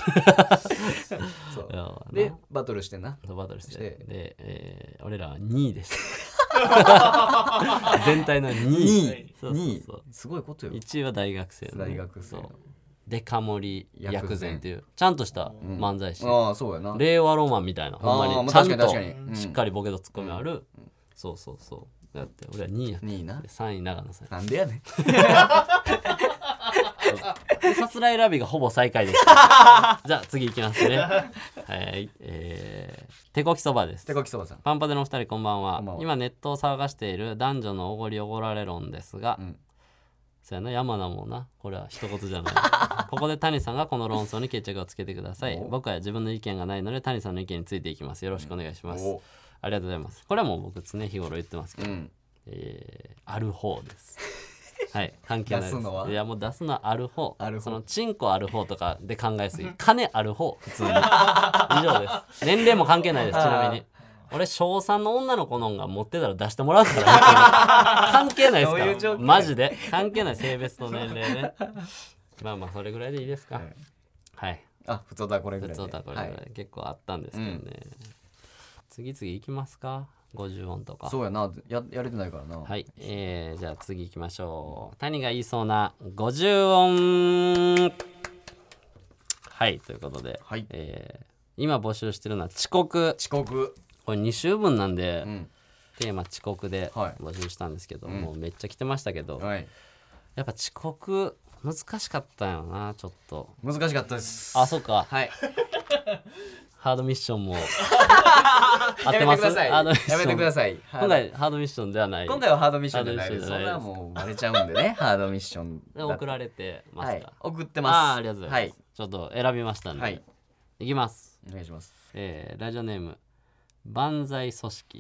そうでバトルしてなバトルしてで、俺らは2位でした全体の2位すごいことよ。 1位は大学生の大学生デカ盛り薬膳っていうちゃんとした漫才師、 ああそうやな令和ロマンみたいなほんまにちゃんとしっかりボケとツッコミある、そうだって俺は2位やった 2位な 3位長野さんなんでやねんさすらいラビがほぼ最下位でしたじゃあ次いきますねはい手こきそばです。 手こきそばさんパンパでのお二人こんばんは。今ネットを騒がしている男女のおごりおごられ論ですが、そうやな山名もなこれは一言じゃないここで谷さんがこの論争に決着をつけてください。僕は自分の意見がないので谷さんの意見についていきます。よろしくお願いします。ありがとうございます。これはもう僕常日頃言ってますけど、ある方ですはい関係ないです。いやもう出すのはある方、そのチンコある方とかで考えすぎ金ある方普通に以上です。年齢も関係ないです。ちなみに俺小3の女の子のが持ってたら出してもらうから関係ないですからマジで関係ない性別と年齢ねまあそれぐらいでいいですか。はい、 普通だこれぐらいで結構あったんですけどね、次々いきますか。50音とかそうやな やれてないからな。 はい、じゃあ次行きましょう。谷が言いそうな50音はいということで、今募集してるのは遅刻これ2週分なんで、テーマ遅刻で募集したんですけど、もうめっちゃ来てましたけど、やっぱ遅刻難しかったよな。ちょっと難しかったです。 あそうかハードミッションも合ってます。 やめてください。 今回ハードミッションではない。 今回はハードミッションじゃないです。それはもうバレちゃうんでねハードミッション送られてますか。 送ってます。 ありがとうございます。ちょっと選びましたんで、いきます。 お願いします。 ラジオネーム万歳組織。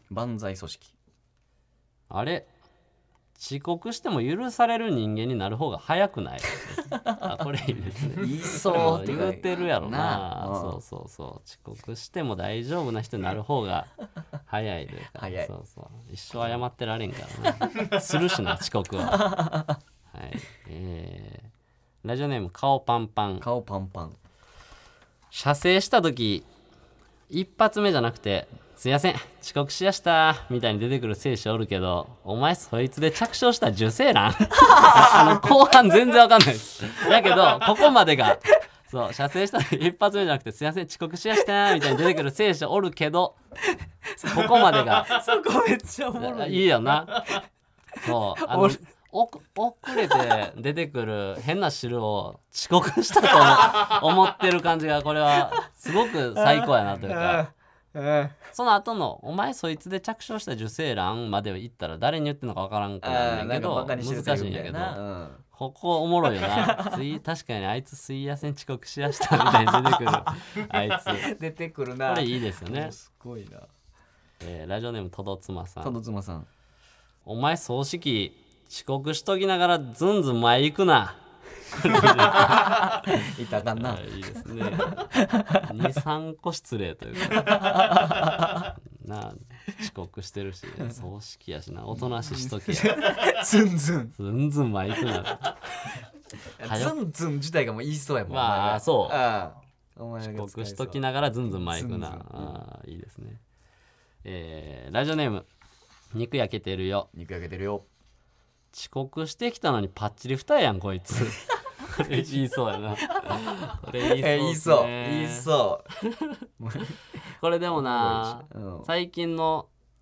あれ遅刻しても許される人間になる方が早くないこれいいですね。 言いそう言うてるやろな。そう遅刻しても大丈夫な人になる方が早いで一生謝ってられんからなするしな遅刻はラジオネーム顔パンパン。射精した時一発目じゃなくてすいません遅刻しやしたみたいに出てくる精子おるけど、お前そいつで着床した受精卵後半全然わかんないですだけどここまでがそう射精した時一発目じゃなくてすいません遅刻しやしたみたいに出てくる精子おるけどここまでがそこめっちゃおもろい。 いいよな。そう遅れて出てくる変な汁を遅刻したと思ってる感じがこれはすごく最高やなというかその後のお前そいつで着床した受精卵まで言ったら誰に言ってんのか分からんくなるんだけど難しいんやけど、ここおもろいよな確かにあいつ水野戦遅刻しやしたみたいに出てくるあいつ出てくるな。 これいいですよね。 すごいな。 ラジオネームとどつまさん。お前葬式遅刻しときながらずんずん前行くな。 いたかな。 いいですね。2,3 個失礼というかな。遅刻してるし葬式やしな。おとなしときやずんずん前行くな。 ずんずん自体がもう言いそうやもん。 まあそう。 遅刻しときながらずんずん前行くな。いいですね。ラジオネーム肉焼けてるよ。遅刻してきたのにパッチリ二重やんこいつこれ言いそうやな。これ言いそうこれでもな、最近の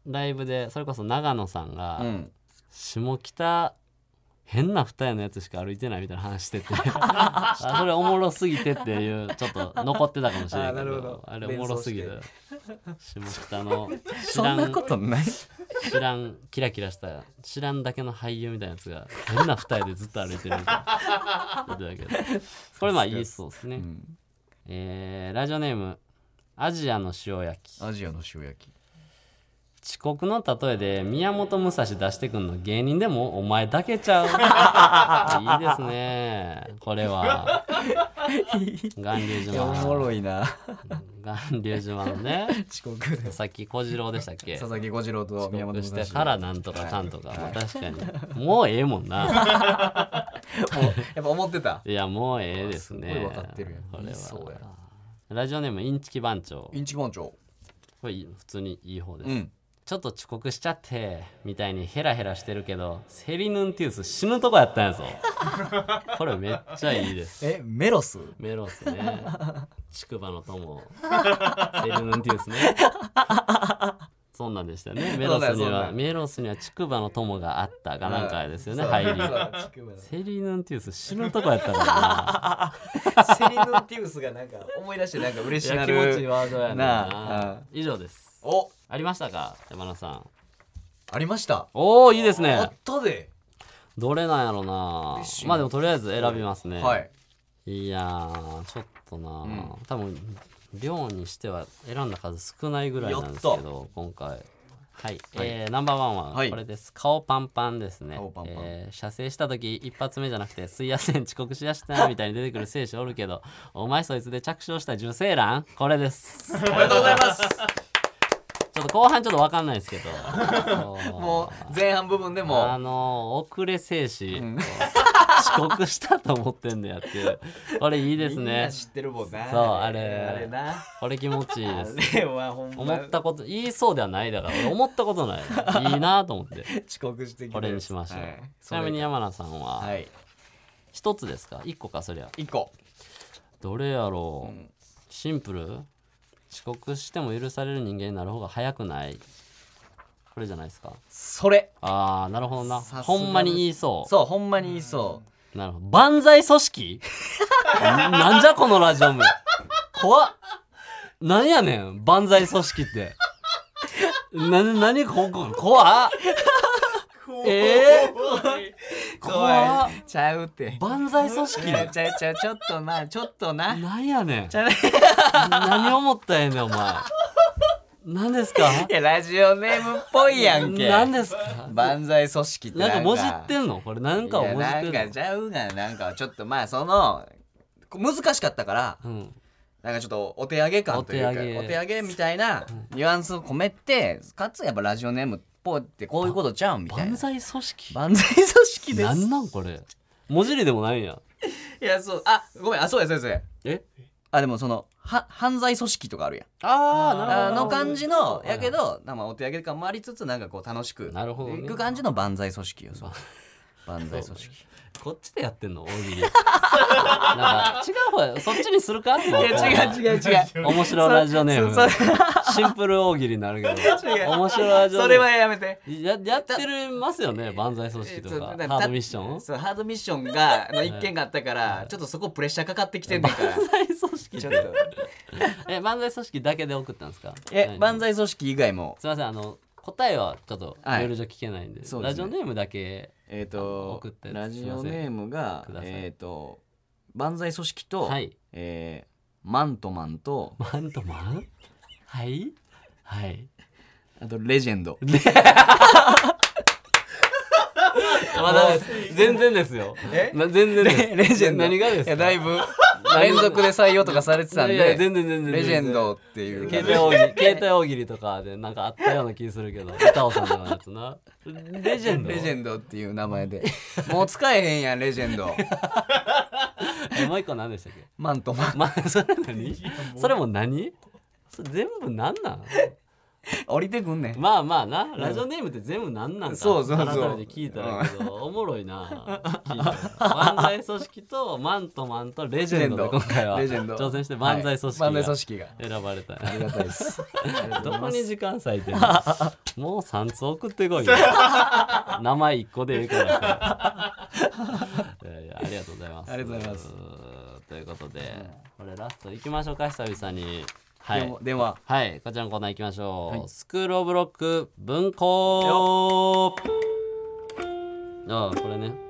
ライブでそれこそ長野さんが、 うん下北変な二重のやつしか歩いてないみたいな話しててあそれおもろすぎてっていうちょっと残ってたかもしれないけどあれおもろすぎて下北のそんなことない知らんキラキラした知らんだけの俳優みたいなやつが変な二重でずっと歩いてるみたいなことだけどこれまあ言いそうですね、ラジオネームアジアの塩焼きアジアの塩焼き遅刻の例えで宮本武蔵出してくんの芸人でもお前だけちゃういいですねこれは巌流島おもろいな巌流島のね遅刻佐々木小次郎でしたっけ佐々木小次郎と宮本武蔵してからなんとかかんとか、まあ確かにもうええもんなもうやっぱ思ってたいやもうええですねすごい分かってるやんこれはそうやラジオネームインチキ番長インチキ番長これ普通にいい方です、 うんちょっと遅刻しちゃってみたいにヘラヘラしてるけどセリヌンティウス死ぬとこやったんやぞこれめっちゃいいですメロスメロスね竹馬の友セリヌンティウスねそんなんでしたよねメロスには竹馬の友があったがなんかですよね入りセリヌンティウス死ぬとこやったからなセリヌンティウスがなんか思い出してなんか嬉しいなる気持ちいいワードやな以上ですおありましたか山田さんありましたおーいいですねあったでどれなんやろなまあでもとりあえず選びますねはいいやーちょっとな、多分量にしては選んだ数少ないぐらいなんですけど今回はい、ナンバーワンはこれです、顔パンパンですね射精した時一発目じゃなくてすいやせん遅刻しやしたみたいに出てくる精子おるけどお前そいつで着床した受精卵これですおめでとうございますちょっと後半ちょっと分かんないですけどもう前半部分でも遅れ精子、遅刻したと思ってんのやっていうこれいいですねみんな知ってるもんなそうあれなこれ気持ちいいですあれはほんま思ったこと言いそうではないだから俺思ったことないいいなと思って遅刻してきてこれにしましょう、ちなみに山名さんは一つですか一個かそりゃ一個どれやろう、シンプル遅刻しても許される人間になる方が早くないこれじゃないですかそれああなるほどなほんまに言いそうそうほんまに言いそうなるほど万歳組織なんじゃこのラジオ名怖っなんやねん万歳組織って何怖っ怖っちゃうって万歳組織ちょっとななんやねん何思ったんやねんお前何ですかいやラジオネームっぽいやんけ何ですか万歳組織ってなんかもじってんのこれなんかをもじってんのなんかちゃうがなんかちょっとまあその難しかったから、なんかちょっとお手上げ感というかお手上げみたいなニュアンスを込めてかつやっぱラジオネームっぽいってこういうことちゃうんみたいな万歳組織万歳組織ですなんこれ文字りでもないんやいやそうごめんそうやでもその犯罪組織とかあるやんなるほどの感じのやけどお手上げ感もありつつなんかこう楽しくいく感じの万歳組織よ万歳組織こっちでやってんの大喜利なんか違う方そっちにするかっていや違う面白ラジオネームシンプル大喜利になるけど面白ラジオネームそれはやめてやってますよね万歳組織とかハードミッションそうハードミッションがの一件があったからちょっとそこプレッシャーかかってきてんねんから万歳組織ちょっと万歳組織だけで送ったんですか万歳組織以外もすいません答えはちょっとルール上聞けないんで、ラジオネームだけ送ってラジオネームが万歳組織と、マントマンとマントマンはいあとレジェンドまだです全然ですよ全然ですレジェンド何がですかだいぶ連続で採用とかされてたんで全然レジェンドっていう携帯大喜利とかでなんかあったような気するけど板尾さんとかのやつなレジェンドっていう名前でもう使えへんやんレジェンドもう一個何でしたっけマントマン、 それ何それも何それ全部何なん降りてくんねん。 まあまあな、ラジオネームって全部なんなんかそうそうそう改めて聞いたらけど、おもろいな。聞いたら漫才組織とマントマンとレジェンドで今回はレジェンド挑戦して漫才組織漫才組織が選ばれた、 ありがたいですどこに時間割いてんのもう3つ送ってこいよ名前1個でいいからありがとうございます。 ありがとうございます。 ということで、これラストいきましょうか、久々に。はい、 電話。 はい、こちらのコーナー行きましょう、はい、スクールオブロック文庫。ああ、これね、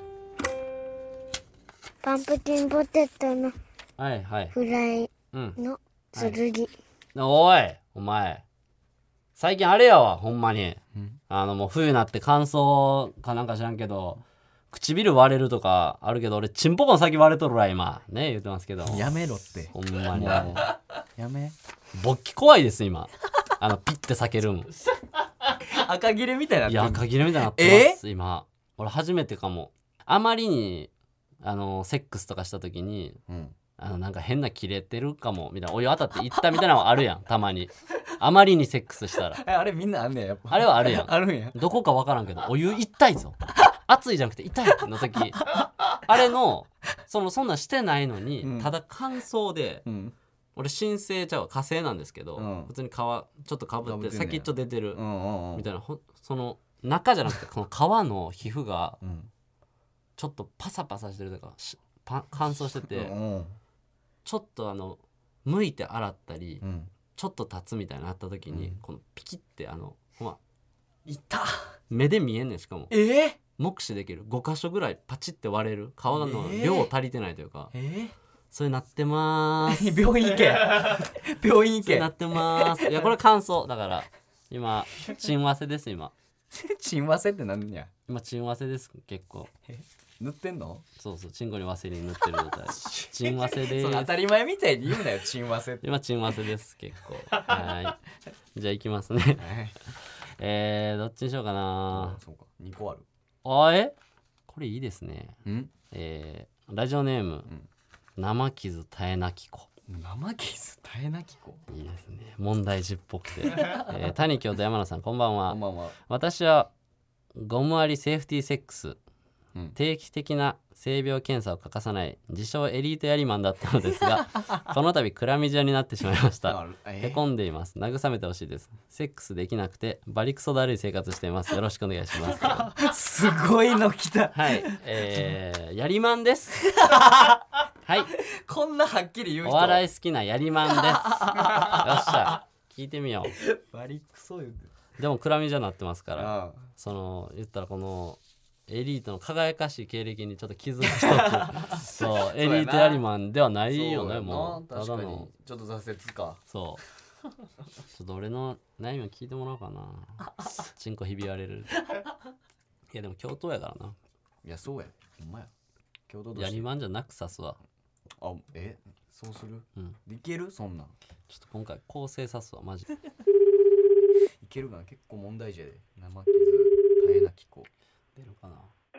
パンプキンポテトのはいはいフライの剣、 おいお前最近あれやわ、ほんまに、もう冬になって乾燥かなんか知らんけど唇割れるとかあるけど、俺チンポコの先割れとるわ今ね、言ってますけど、 やめろって、 ほんまにやめ。 勃起怖いです今ピッて避けるん赤切れみたいな。 いや、赤切れみたいになってます、今。俺初めてかも。あまりにセックスとかした時に、なんか変な切れてるかもみたいな、お湯当たっていったみたいなのはあるやんたまに。あまりにセックスしたらあれみんなあんねん、やっぱあれはあるやん。 あるんや。 どこか分からんけど、お湯痛いぞ熱いじゃなくて痛いの時あれのそんなんしてないのに、ただ乾燥で、俺新生ちゃう火星なんですけど、普通に皮ちょっとかぶって先っちょ出てるみたいな、その中じゃなくてこの皮の皮膚がちょっとパサパサしてるというか乾燥してて、ちょっと剥いて洗ったり、ちょっと経つみたいなのあった時に、このピキってほんまいた目で見えんねん。しかも目視できる5箇所ぐらいパチって割れる、皮の量足りてないというか、それなってまーす病院行け病院行けなってまーす。いやこれ乾燥だから今チンワセです今チンワセってなんや。 今チンワセです。結構塗ってんの。 そうそう、チンコにワセリン塗ってる状態チンワセです。 当たり前みたいに言うなよ、チンワセって。 今チンワセです結構はいじゃあ行きますねどっちにしようかな。 そうか、2個ある。 これいいですね。ラジオネーム、生傷絶えなき子。 生傷絶えなき子、 いいですね、問題児っぽくて谷京と山野さんこんばんは。 こんばんは。 私はゴムありセーフティーセックス、定期的な性病検査を欠かさない自称エリートやりマンだったのですがこの度クラミジアになってしまいました。へこんでいます。慰めてほしいです。セックスできなくてバリクソだるい生活しています。よろしくお願いしますすごいの来た。 はい、やりマンですはい、 こんなはっきり言う人。 お笑い好きなやりマンですよっしゃ、聞いてみよう。バリクソ言うて。 でもクラミジアになってますから、言ったらこのエリートの輝かしい経歴にちょっと傷が一つそうエリートやりマンではないよね。もうただのちょっと挫折か。 そうちょっと俺の悩みを聞いてもらおうかなチンコひび割れるいやでも教頭やからな。 いやそうや、ほんまや、教頭やりマンじゃなく刺すわ。 そうする、いける。そんなんちょっと今回構成刺すわマジでいけるかな。結構問題児やで。生傷絶えなき子出るかな。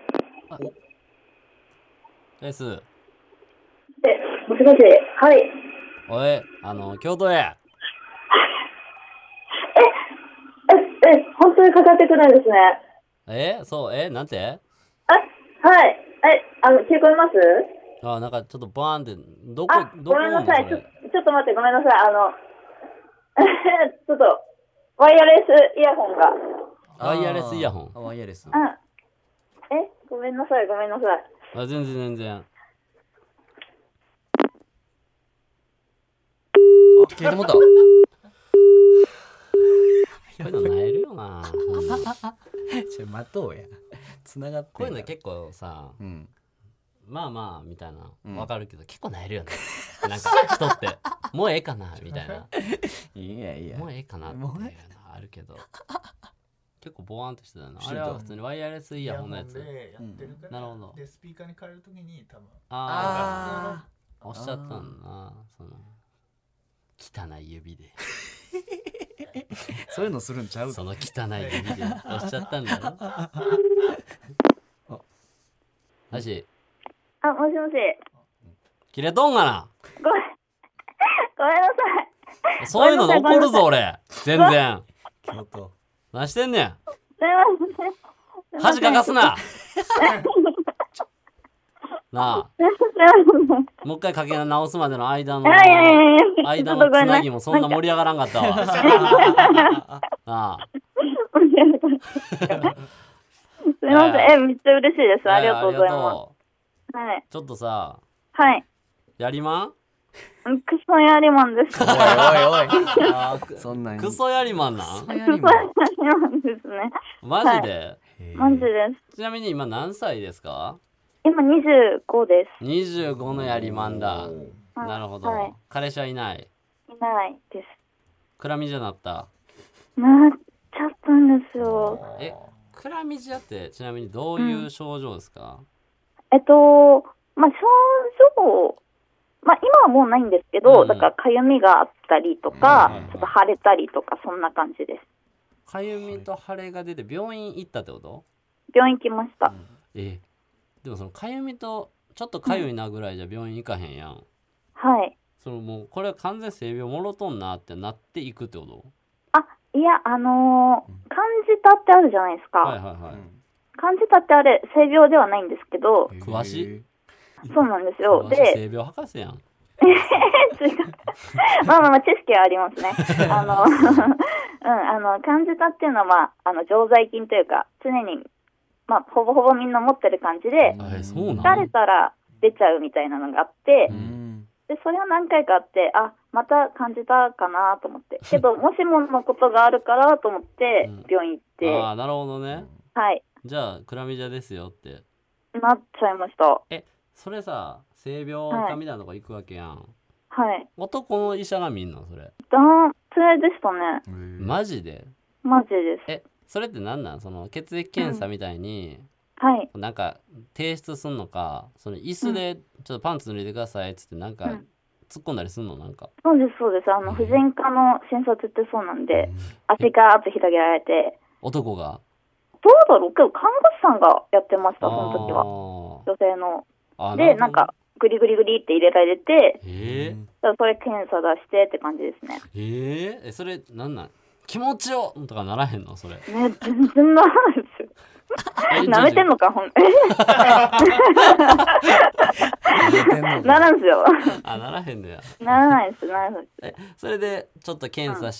です。 もしもし、はい。 おい、京都へ。 本当にかかってくるんですね。 そう、なんて？ はい。聞こえます？ なんかちょっとバーンってどこごめんなさい。ちょっと待って、ごめんなさい。ちょっとワイヤレスイヤホンが。 ワイヤレスイヤホン。 ワイヤレス。 ごめんなさい。 全然。 消えてもった。 こういうのなえるよな待とうや。繋がって。 こういうの結構さ、まあまあみたいなわかるけど、結構なえるよねなんか人ってもうええかなみたいな。 いやもうええかなっていうのあるけど結構ボワンとしてたよな。あれは普通にワイヤレスイヤホンのやつ。 やってるから、 なるほど。 でスピーカーに変えるときに多分おっしゃったんだな、その汚い指でそういうのするんちゃう。 その汚い指でおっしゃったんだろもしもしもし。 切れとんがな。 ごめんなさい。 そういうの残るぞ俺全然。 京都。 何してんねん。 すいません。 恥かかすな。なあ、 すいません。 もう一回かけ直すまでの間のいやいやいやいや間のつなぎもそんな盛り上がらんかったわ。なあ。 すいません。めっちゃ嬉しいです。ありがとうございます。はい。 ちょっとさ、 はい。 やりまん？ クソやりマンです。 おいおいおい。そんなんクソやりマンなん？ クソやクソやりマンですね。 マジで？ マジです。 ちなみに今何歳ですか？ 今25です。 25のやりマンだ。なるほど。 はい、 彼氏はいない？ いないです。 クラミジャなった？ なっちゃったんですよ。 クラミジャってちなみにどういう症状ですか？ まあ症状、まあ今はもうないんですけど、だからかゆみがあったりとか、ちょっと腫れたりとかそんな感じです。 かゆみと腫れが出て病院行ったってこと？ 病院行きました。 でもそのかゆみとちょっとかゆいなぐらいじゃ病院行かへんやん。 はい。 そのもうこれは完全性病もろとんなってなっていくってこと？ いや感じたってあるじゃないですか。 はいはいはい。 感じたってあれ性病ではないんですけど。 詳しい？ そうなんですよ。で、 性病博士やん。 違う。まあ知識はありますね。感じたっていうのは常在菌というか常にほぼほぼみんな持ってる感じで、疲れたら出ちゃうみたいなのがあって、でそれは何回かあって、また感じたかなと思って、けどもしものことがあるからと思って病院行って、 なるほどね。 はい。 じゃあクラミジャですよってなっちゃいました。 それさ、性病科みたいなとこ行くわけやん。 はい。 男の医者が見んのそれ？ 男性でしたね。 マジで？ マジです。 それって何なん？その血液検査みたいに、 はい。 なんか提出すんのか、その椅子でちょっとパンツ脱いでくださいっつってなんか突っ込んだりすんの？なんか。 そうですそうです。婦人科の診察ってそうなんで、足ガーッと広げられて。 男が？ どうだろうけど看護師さんがやってました、その時は。女性の。で、なんかグリグリグリって入れられて、それ検査出してって感じですね。それなんなん？気持ちよとかならへんのそれ？ 全然ならないですよ。舐めてんのかほんならんすよ。 ならへんのや。 ならないですならないです。それでちょっと検査して、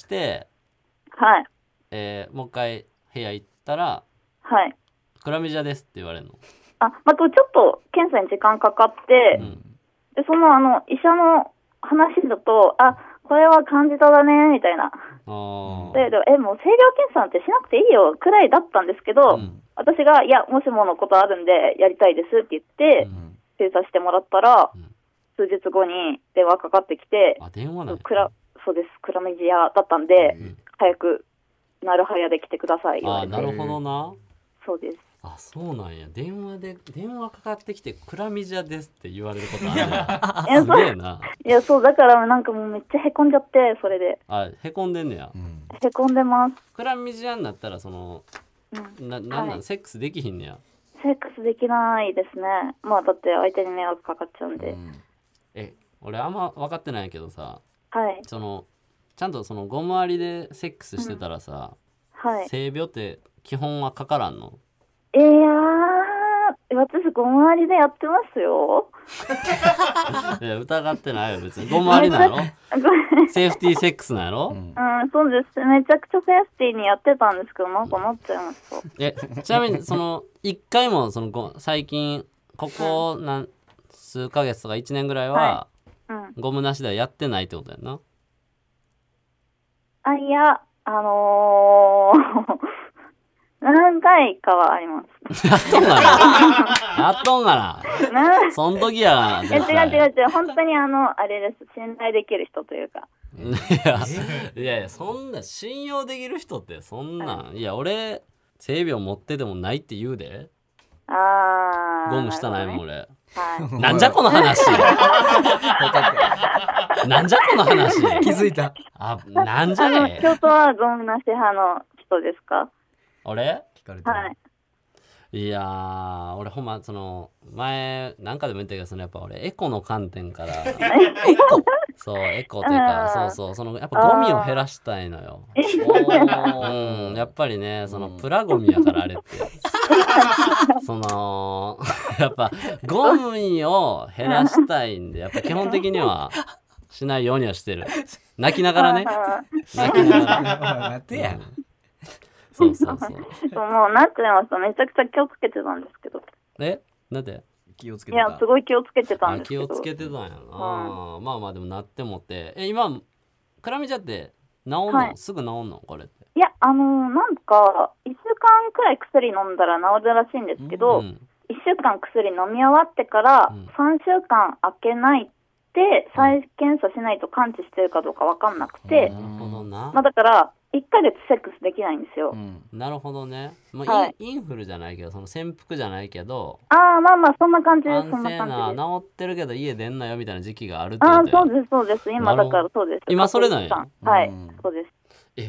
はい。 もう一回部屋行ったら、 はい。 クラミジャですって言われるの？ ちょっと検査に時間かかって、でその医者の話だと、これは感じただねみたいな。でもう性病検査なんてしなくていいよくらいだったんですけど、私がいやもしものことあるんでやりたいですって言って検査してもらったら、数日後に電話かかってきて、 電話なん？ そうです、クラミジアだったんで、早くなるはやで来てください言われて。 なるほどな。 そうです。 そうなんや。電話かかってきてクラミジアですって言われることあるやん。すげえな。 いやそうだからなんかもうめっちゃへこんじゃって、それで。 へこんでんねや。 へこんでます。 クラミジアになったらそのなんセックスできひんねや。 セックスできないですね。だって相手に迷惑かかっちゃうんで。 俺あんま分かってないけどさ、 ちゃんとそのゴムありでセックスしてたらさ、性病って基本はかからんの？ いや私ゴムありでやってますよ。 いや疑ってないよ別に。ゴムありなの？セーフティーセックスなんやろ？ そうです。めちゃくちゃセーフティーにやってたんですけどなんかなっちゃいました。ちなみにその1回もその最近ここ数ヶ月とか1年ぐらいは、ゴムなしではやってないってことやんな？ いや何回かはあります。 やっとんがな。やっとんがな。そん時やがな。 違う。本当にあれです。信頼できる人というか。 いやそんな信用できる人ってそんなん。いや俺性病持っててもないって言うで。ゴムしたないもん俺。なんじゃこの話。なんじゃこの話。 気づいた。 なんじゃね。 京都はゴムなし派の人ですか？ 俺？ はい。 いやー俺ほんまその前なんかでも言ったけど、そのやっぱ俺エコの観点からエコそうエコというか、そうそのやっぱゴミを減らしたいのよ。やっぱりねそのプラゴミやからあれってそのやっぱゴミを減らしたいんで、やっぱ基本的にはしないようにはしてる。泣きながらね、泣きながら待てや、 そうそうそう。 もうなっちゃいました。めちゃくちゃ気をつけてたんですけど。 なんで気をつけてた。 いやすごい気をつけてたんですけど。 気をつけてたんやな、まあまあでもなってもって今クラミちゃんって治んの、はい、すぐ治んのこれって。 いやなんか1週間くらい薬飲んだら治るらしいんですけど、1週間薬飲み終わってから3週間空けないで再検査しないと完治してるかどうか分かんなくて、 なるほどな、 だから1ヶ月セックスできないんですよ。 なるほどね、はい、インフルじゃないけどその潜伏じゃないけど、 まあそんな感じです。そんな感じです。 治ってるけど家出んなよみたいな時期があるってことそうですそうです。今だからそうです。 今それなんや。 はいそうです。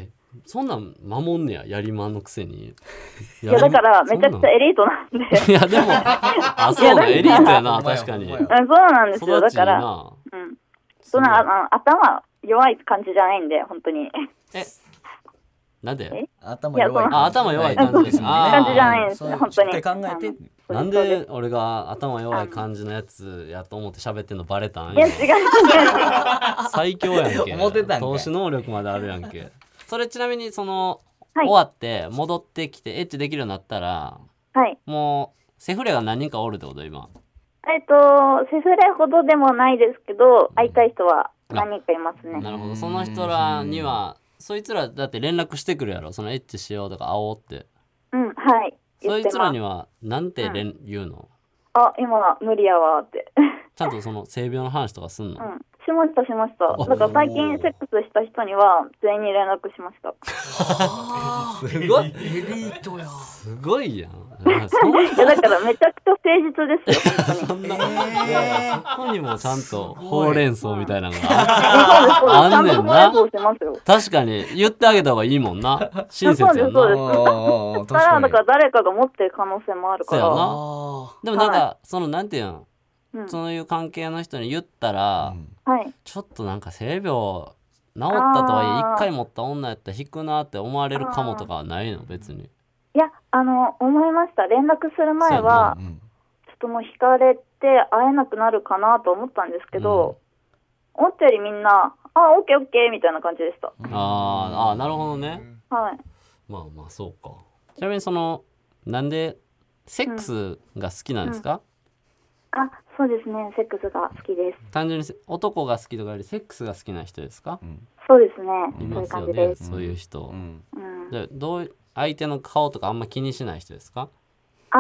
そんなん守んねやりまんのくせに。 いやだからめちゃくちゃエリートなんで。 いやでもそうだエリートやな確かに。 そうなんですよ。だからそんな頭弱い感じじゃないんで本当に。 なんで？ 頭弱い。 頭弱い感じですね。 感じじゃないんですね本当に。 しっかり考えて。 なんで俺が頭弱い感じのやつやと思って喋ってんのバレたん？ いや違う。 最強やんけ。 思ってたんか。 投資能力まであるやんけ。それちなみにその、終わって戻ってきてエッチできるようになったら、もうセフレが何人かおるってこと今？ セフレほどでもないですけど、会いたい人は何人かいますね。 なるほど。その人らにはそいつらだって連絡してくるやろ、そのエッチしようとか会おうって。 はい。 そいつらにはなんて言うの？ 今無理やわって。 ちゃんとその性病の話とかすんの？ しました。だから最近セックスした人には全員に連絡しました。 すごい。 エリートや。 すごいやん。 だからめちゃくちゃ誠実ですよ。 そんな。そこにもちゃんとほうれん草みたいなのがあんねんな。確かに言ってあげた方がいいもんな。親切やんな。 だから誰かが持ってる可能性もあるから。 そうやな。でもなんかそのなんていうの。そういう関係の人に言ったら、ちょっとなんか性病治ったとはいえ1回持った女やったら引くなって思われるかもとかはないの別に？ いや思いました。連絡する前はちょっともう惹かれて会えなくなるかなと思ったんですけど、思ったよりみんなオッケーオッケーみたいな感じでした。 なるほどね。 はい。 まあそうか。ちなみにそのなんでセックスが好きなんですか？ そうですね。セックスが好きです。 単純に男が好きとかよりセックスが好きな人ですか？ そうですね。 いますよね。そういう人。でどう相手の顔とかあんま気にしない人ですか？ ま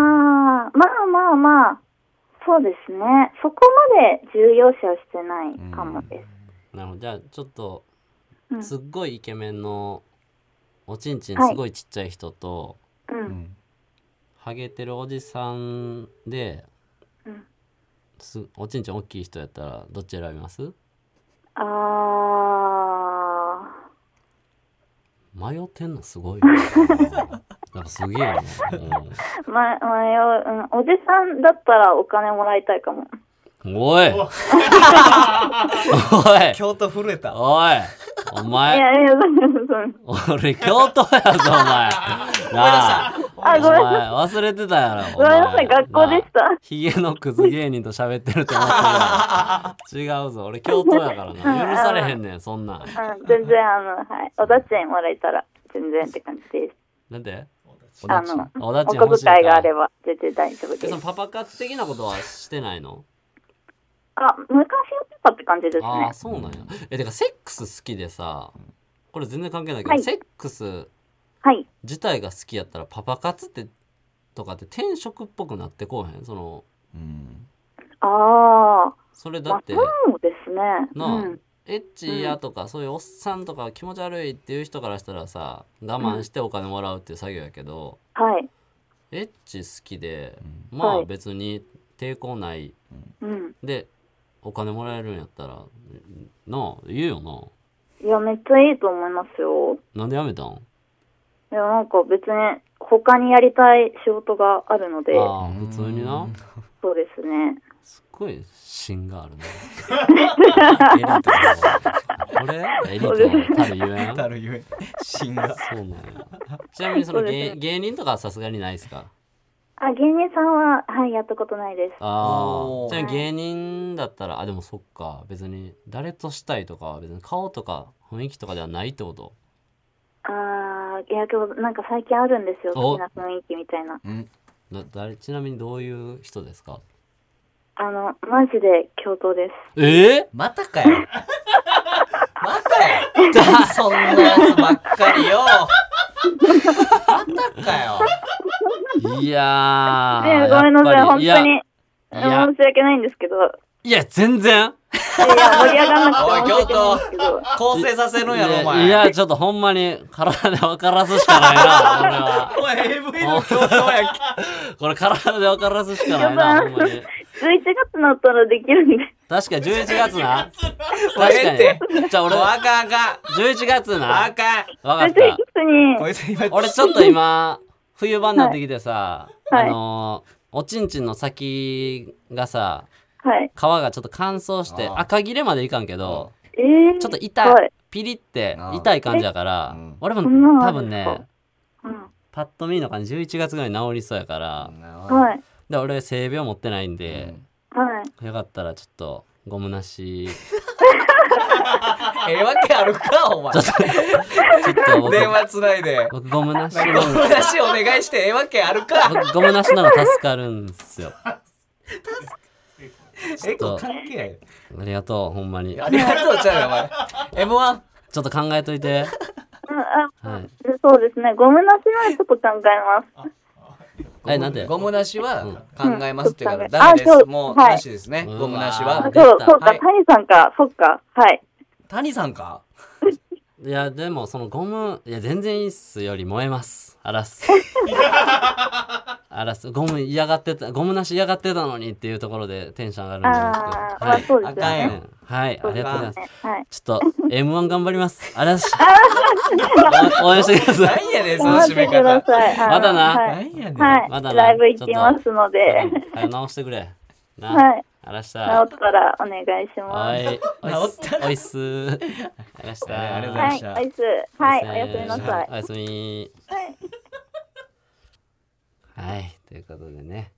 あそうですね。そこまで重要視はしてないかもです。 なるほど。じゃあちょっとすっごいイケメンのおちんちんすごいちっちゃい人と、ハゲてるおじさんでおちんちん大きい人やったらどっち選びます？迷ってんのすごいな。なんかすげえな。 おじさんだったらお金もらいたいかも。 おい京都震えた。 お前俺京都やぞお前。ごめんなさい忘れてたやろ。 ごめんなさい学校でした。 ヒゲのクズ芸人と喋ってると思ってる。違うぞ俺京都やからな。許されへんねんそんなん。 全然おだちんもらえたら全然って感じです。 なんで？ お小遣いがあれば全然大丈夫です。 そのパパ活的なことはしてないの？ 昔やってたって感じですね。 そうなんや。てかセックス好きでさ、これ全然関係ないけど、セックス自体が好きやったらパパ活ってとかって転職っぽくなってこうへん？そのそれだってそうですね。 エッチやとかそういうおっさんとか気持ち悪いっていう人からしたらさ我慢してお金もらうっていう作業やけど、エッチ好きでまあ別に抵抗ないでお金もらえるんやったら言うよな。 いやめっちゃいいと思いますよ。 なんでやめたん？ いやなんか別に他にやりたい仕事があるので。 普通にな。 そうですね。 すっごい芯があるね。エリートこれエリートたるゆえん。 たるゆえん。芯が。 そうなんや。ちなみにその芸人とかはさすがにないですか？ 芸人さんは、はい、やったことないです。 ちなみに芸人だったら、でもそっか、別に誰としたいとか、別に顔とか雰囲気とかではないってこと？ いや、けどなんか最近あるんですよ、好きな雰囲気みたいな。 ちなみにどういう人ですか？ マジで教頭です。 またかよ。またよ。そんなやつばっかりよ。またかよ。 いやー、ごめんなさい、本当に申し訳ないんですけど。 いや、全然盛り上がんなくて申し訳ないんですけど。 構成させるんやろ、お前。 いや、ちょっとほんまに体で分からすしかないな、俺は。 お前 AV の教頭やんけ。 これ体で分からすしかないな、ほんまに。11 月になったらできるんで。 確か11月な。確かに。じゃあ俺、11月な。 あかん。 分かった。俺ちょっと今、冬場になってきてさ、おちんちんの先がさ、皮がちょっと乾燥して赤切れまでいかんけど、ちょっと痛い、ピリって痛い感じやから、俺も多分ね、パッと見の感じ11月ぐらいに治りそうやから、で俺性病持ってないんで、よかったらちょっとゴムなしわけあるかお前。ちょっと電話つないで僕ゴムなしお願いしてわけあるか。 ゴムなしなら助かるんすよ。 関係ない。 ありがとう、ほんまに。 ありがとう、ちゃうよ、お前。M1。 ちょっと考えといて。 そうですね、ゴムなしはちょっと考えます。 なんでゴムなしは考えますっていうから、ダメです。もうなしですね、ゴムなしは。 そうか、谷さんか、そっか、はい。 谷さんか。 いや、でもそのゴム、いや、全然いいっすより燃えます。あらす。あらす。ゴムなし嫌がってたのにっていうところでテンション上がるんですけど。はい。あかんよ。 はい、ありがとうございます。ちょっと M1 頑張ります。あらし。応援してください。 何やねん、その締め方。 まだな。 何やねん。 まだな。ライブ行きますので。 直してくれ。 はい。 あらした。 治ったらお願いします。 はい。おいっす。あらした。 ありがとうございました。 はい、おいっす。はい、おやすみなさい。 おやすみ。 はい。 はい、ということでね。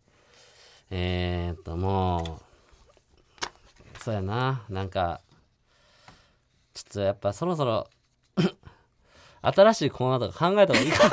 もう、そうやな、なんか、ちょっとやっぱそろそろ、新しいコーナーとか考えた方がいいか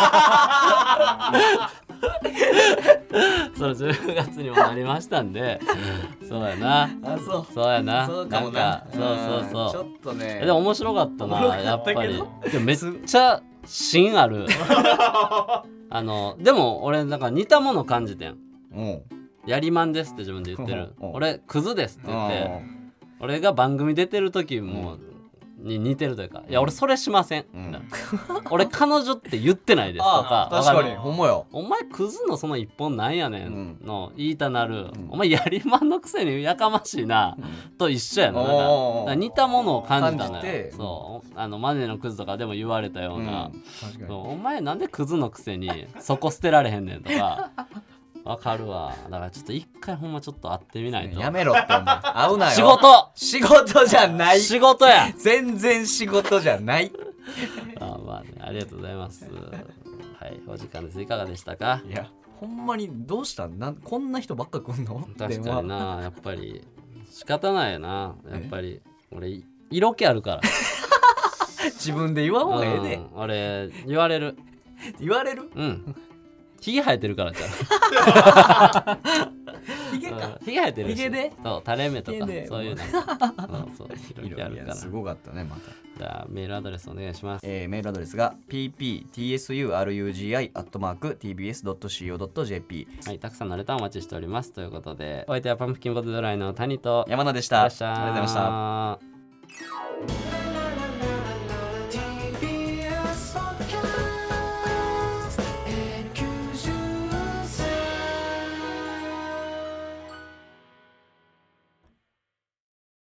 な。その10月にもなりましたんで、そうやな。そうやな。なんか、そう。 ちょっとね。 でも面白かったな、やっぱり。でもめっちゃ芯ある。でも俺なんか似たもの感じてん。やりまんですって自分で言ってる。俺クズですって言って、俺が番組出てる時もに似てるというか、いや俺それしません、俺彼女って言ってないですとか。 確かにほんまよ。 お前クズのその一本なんやねんの言いたなる、お前やりまんのくせにやかましいな、と一緒やな。なんか似たものを感じたのよ。そうマネのクズとかでも言われたような、お前なんでクズのくせにそこ捨てられへんねんとか。わかるわ。だからちょっと一回ほんまちょっと会ってみないと。 やめろってお前。会うなよ。仕事じゃない。 仕事や。 全然仕事じゃない。 まあね、ありがとうございます。はい、お時間です。いかがでしたか？ いや、ほんまにどうしたん？こんな人ばっか来んの？ 確かにな、やっぱり仕方ないよな。やっぱり俺色気あるから。 自分で言わんほうがええね。 俺言われる。 言われる？ うん。ひげ生えてるからじゃん。 ひげか。 ひげ生えてるし。 ひげで？ そう、垂れ目とかそういうなんか。そう、色気あるから。 すごかったね、また。 じゃあメールアドレスお願いします。 メールアドレスが pptsurugi@tbs.co.jp。 はい、たくさんのレターお待ちしておりますということで、お相手はパンプキンポテトフライの谷と山名でした。 ありがとうございました。